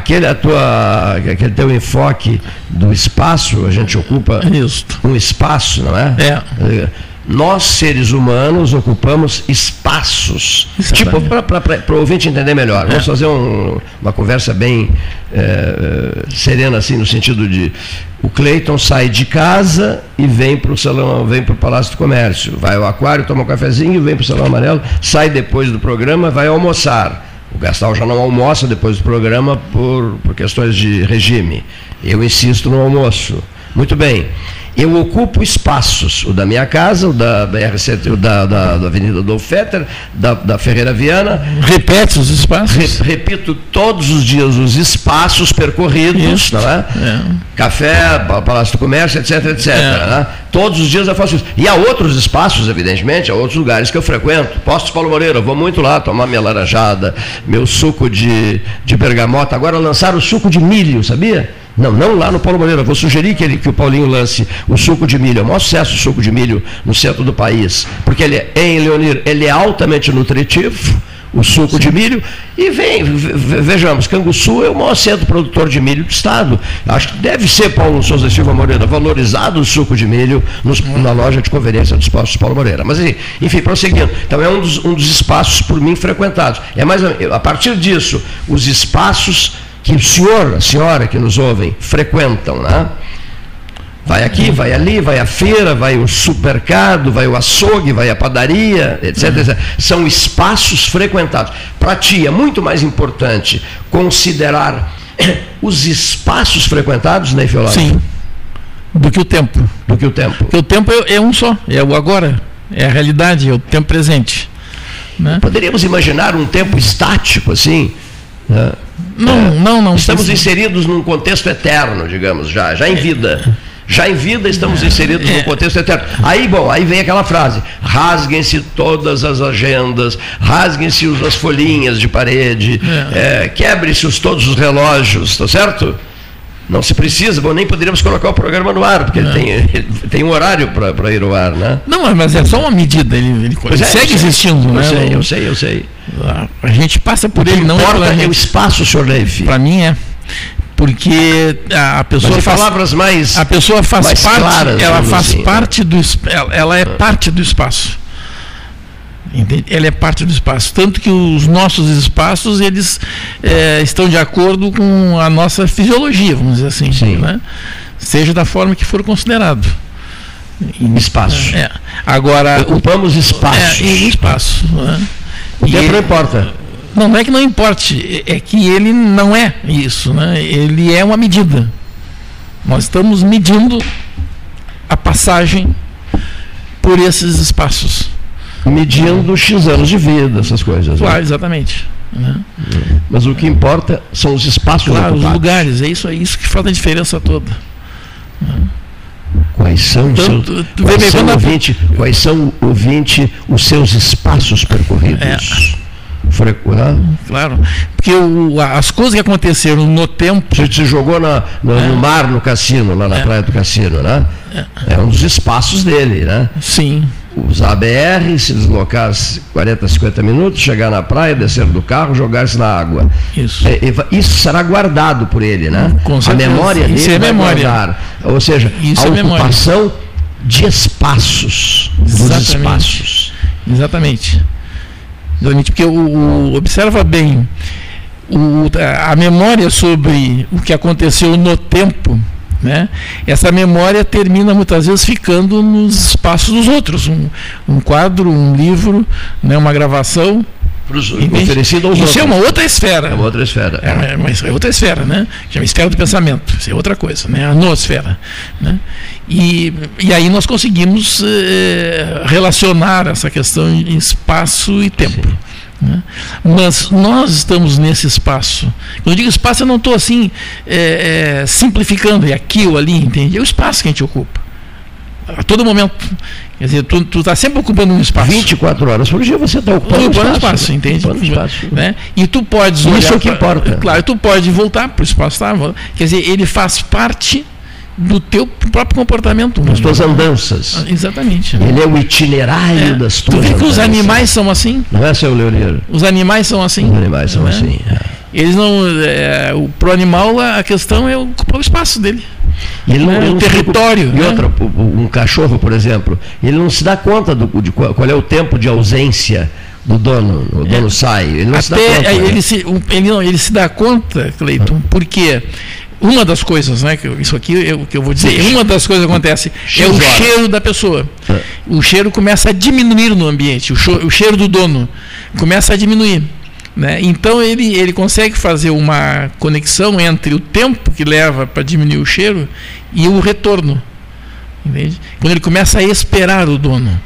aquele teu enfoque do espaço, a gente ocupa um espaço, não é? Nós, seres humanos, ocupamos espaços. Tipo, para o ouvinte entender melhor, vamos fazer uma conversa bem serena, assim, no sentido de: o Cleiton sai de casa e vem para o salão, vem para o Palácio do Comércio, vai ao aquário, toma um cafezinho, vem para o Salão Amarelo, sai depois do programa, vai almoçar. O Gastal já não almoça depois do programa por questões de regime. Eu insisto no almoço. Muito bem. Eu ocupo espaços, o da minha casa, o da BR-100, o da Avenida Adolfo Fetter, da Ferreira Viana. Repete os espaços? Repito todos os dias os espaços percorridos, não é? Café, Palácio do Comércio, etc, etc. Né? Todos os dias eu faço isso. E há outros espaços, evidentemente, há outros lugares que eu frequento. Postos Paulo Moreira, eu vou muito lá tomar minha laranjada, meu suco de bergamota. Agora lançaram o suco de milho, sabia? Não lá no Paulo Moreira, vou sugerir que o Paulinho lance o suco de milho. É o maior sucesso o suco de milho no centro do país, porque em Leonir ele é altamente nutritivo, o suco de milho, e vejamos, Canguçu é o maior centro produtor de milho do estado. Acho que deve ser, Paulo Souza Silva Moreira, valorizado o suco de milho na loja de conveniência dos postos Paulo Moreira. Mas, enfim, prosseguindo, então é um dos espaços por mim frequentados. A partir disso, os espaços que o senhor, a senhora que nos ouvem, frequentam, né? Vai aqui, vai ali, vai à feira, vai ao supermercado, vai ao açougue, vai à padaria, etc, etc. São espaços frequentados. Para ti é muito mais importante considerar os espaços frequentados, né, Fiolari? Sim. do que o tempo. Do que o tempo. Porque o tempo é um só, é o agora, é a realidade, é o tempo presente. Né? Poderíamos imaginar um tempo estático, assim? Né? Não. Estamos inseridos num contexto eterno, digamos, já em vida. Já em vida estamos inseridos num contexto eterno. Aí vem aquela frase: rasguem-se todas as agendas, rasguem-se as folhinhas de parede, quebre-se todos os relógios, tá certo? Não se precisa, nem poderíamos colocar o programa no ar, porque ele tem um horário para ir ao ar, né? Não, mas é só uma medida, ele segue existindo, né? Eu sei. A gente passa por ele, não importa o espaço, Sr. Leif. Para mim é. Porque a pessoa faz palavras mais, a pessoa faz mais parte, claras, ela faz assim, parte do, ela é parte do espaço. Entende? Ela é parte do espaço, tanto que os nossos espaços eles estão de acordo com a nossa fisiologia, vamos dizer assim, né? Seja da forma que for considerado. Em espaço. Agora ocupamos espaços. Em espaço. Né? O tempo não importa. Não é que não importe, é que ele não é isso, né? Ele é uma medida. Nós estamos medindo a passagem por esses espaços. Medindo X anos de vida, essas coisas. Claro, exatamente. Né? Mas o que importa são os espaços ocupados. Os lugares, é isso que faz a diferença toda. Quais são, ouvinte, os seus espaços percorridos? Claro, porque as coisas que aconteceram no tempo. Você se jogou no mar, no cassino, lá na praia do cassino, né? É um dos espaços dele, né? Sim. Usar a BR, se deslocar 40, 50 minutos, chegar na praia, descer do carro, jogar-se na água. Isso. Isso será guardado por ele, né? Com certeza. A memória dele vai guardar. Ou seja, isso a ocupação de espaços. Exatamente. Dos espaços. Exatamente. Porque observa bem, a memória sobre o que aconteceu no tempo, né? Essa memória termina muitas vezes ficando nos espaços dos outros, um quadro, um livro, né? Uma gravação oferecido aos outros. Isso é uma outra esfera. É uma outra esfera. É outra esfera, né? Que é uma esfera do pensamento. Isso é outra coisa, né? A noosfera, né? E aí nós conseguimos relacionar essa questão em espaço e tempo. Né? Mas nós estamos nesse espaço. Quando eu digo espaço, eu não estou assim simplificando, é aqui ou ali, entende? É o espaço que a gente ocupa. A todo momento. Quer dizer, tu está sempre ocupando um espaço. 24 horas por dia você está ocupando um espaço, entende? Né? E tu podes isso é o que importa. Claro, tu pode voltar para o espaço. Tá? Quer dizer, ele faz parte do teu próprio comportamento humano. Das tuas andanças. Exatamente. Ele é o itinerário das tuas andanças. Tu vê que os animais são assim? Não é, seu Leonir? Os animais são assim. Os animais são assim. Eles não. Pro animal a questão é ocupar o espaço dele. Ele não o território. E outra, um cachorro, por exemplo, ele não se dá conta de qual é o tempo de ausência do dono. O dono sai. Ele não se dá conta. Ele se dá conta, Cleiton, porque uma das coisas, né, isso aqui que eu vou dizer, uma das coisas que acontece é o cheiro da pessoa. O cheiro começa a diminuir no ambiente, o cheiro do dono começa a diminuir. Né? Então ele consegue fazer uma conexão entre o tempo que leva para diminuir o cheiro e o retorno. Entende? Quando ele começa a esperar o dono.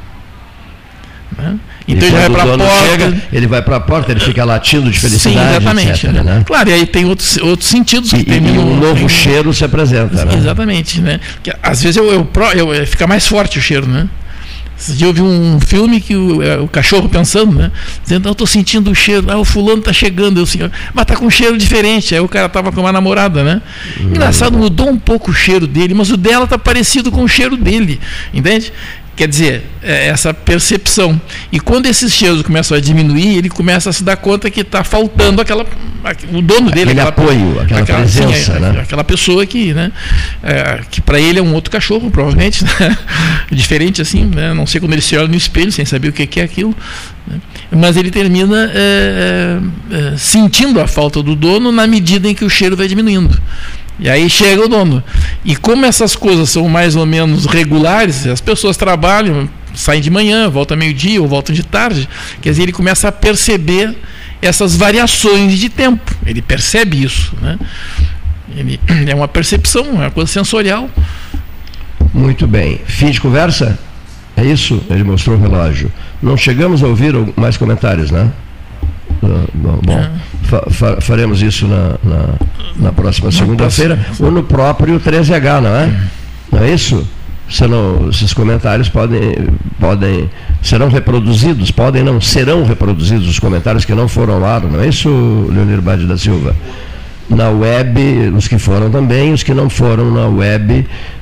Né? Então ele vai para a porta. Ele vai para a porta, ele fica latindo de felicidade. Sim, exatamente. Etc, né? Claro, e aí tem outros sentidos que tem. E um novo cheiro se apresenta. Né? Exatamente. Né? Porque, às vezes fica mais forte o cheiro, né? Esse dia eu vi um filme que o cachorro pensando, né? Dizendo, eu estou sentindo o cheiro, o fulano está chegando, mas está com um cheiro diferente. Aí o cara estava com uma namorada, né? Engraçado, mudou um pouco o cheiro dele, mas o dela está parecido com o cheiro dele, entende? Quer dizer, essa percepção. E quando esses cheiros começam a diminuir, ele começa a se dar conta que está faltando o dono dele. Aquele apoio, aquela presença. Né? Aquela pessoa que para ele é um outro cachorro, provavelmente. Né? Diferente assim, né? Não sei quando ele se olha no espelho, sem saber o que é aquilo. Né? Mas ele termina sentindo a falta do dono na medida em que o cheiro vai diminuindo. E aí chega o dono. E como essas coisas são mais ou menos regulares, as pessoas trabalham, saem de manhã, voltam meio-dia ou voltam de tarde, quer dizer, ele começa a perceber essas variações de tempo. Ele percebe isso. Né? É uma percepção, é uma coisa sensorial. Muito bem. Fim de conversa? É isso? Ele mostrou o relógio. Não chegamos a ouvir mais comentários, né? Bom, faremos isso na próxima segunda-feira ou no próprio 13H, não é? Não é isso? Esses comentários serão reproduzidos, serão reproduzidos os comentários que não foram ao ar, não é isso, Leonir Bade da Silva? Na web, os que foram também, os que não foram na web,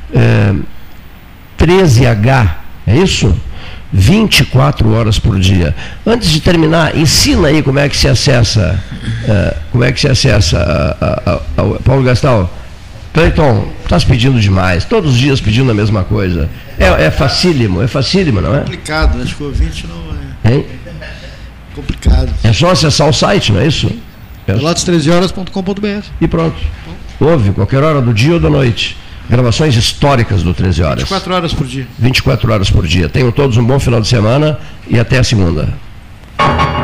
13H, é isso? 24 horas por dia. Antes de terminar, ensina aí como é que se acessa, Paulo Gastal. Cleiton, estás pedindo demais, todos os dias pedindo a mesma coisa. É facílimo, não é? Complicado, acho que o ouvinte não é. Complicado. É só acessar o site, não é isso? pelotas13horas.com.br. E pronto. Ouve, qualquer hora do dia ou da noite. Gravações históricas do 13 horas. 24 horas por dia. 24 horas por dia. Tenham todos um bom final de semana e até a segunda.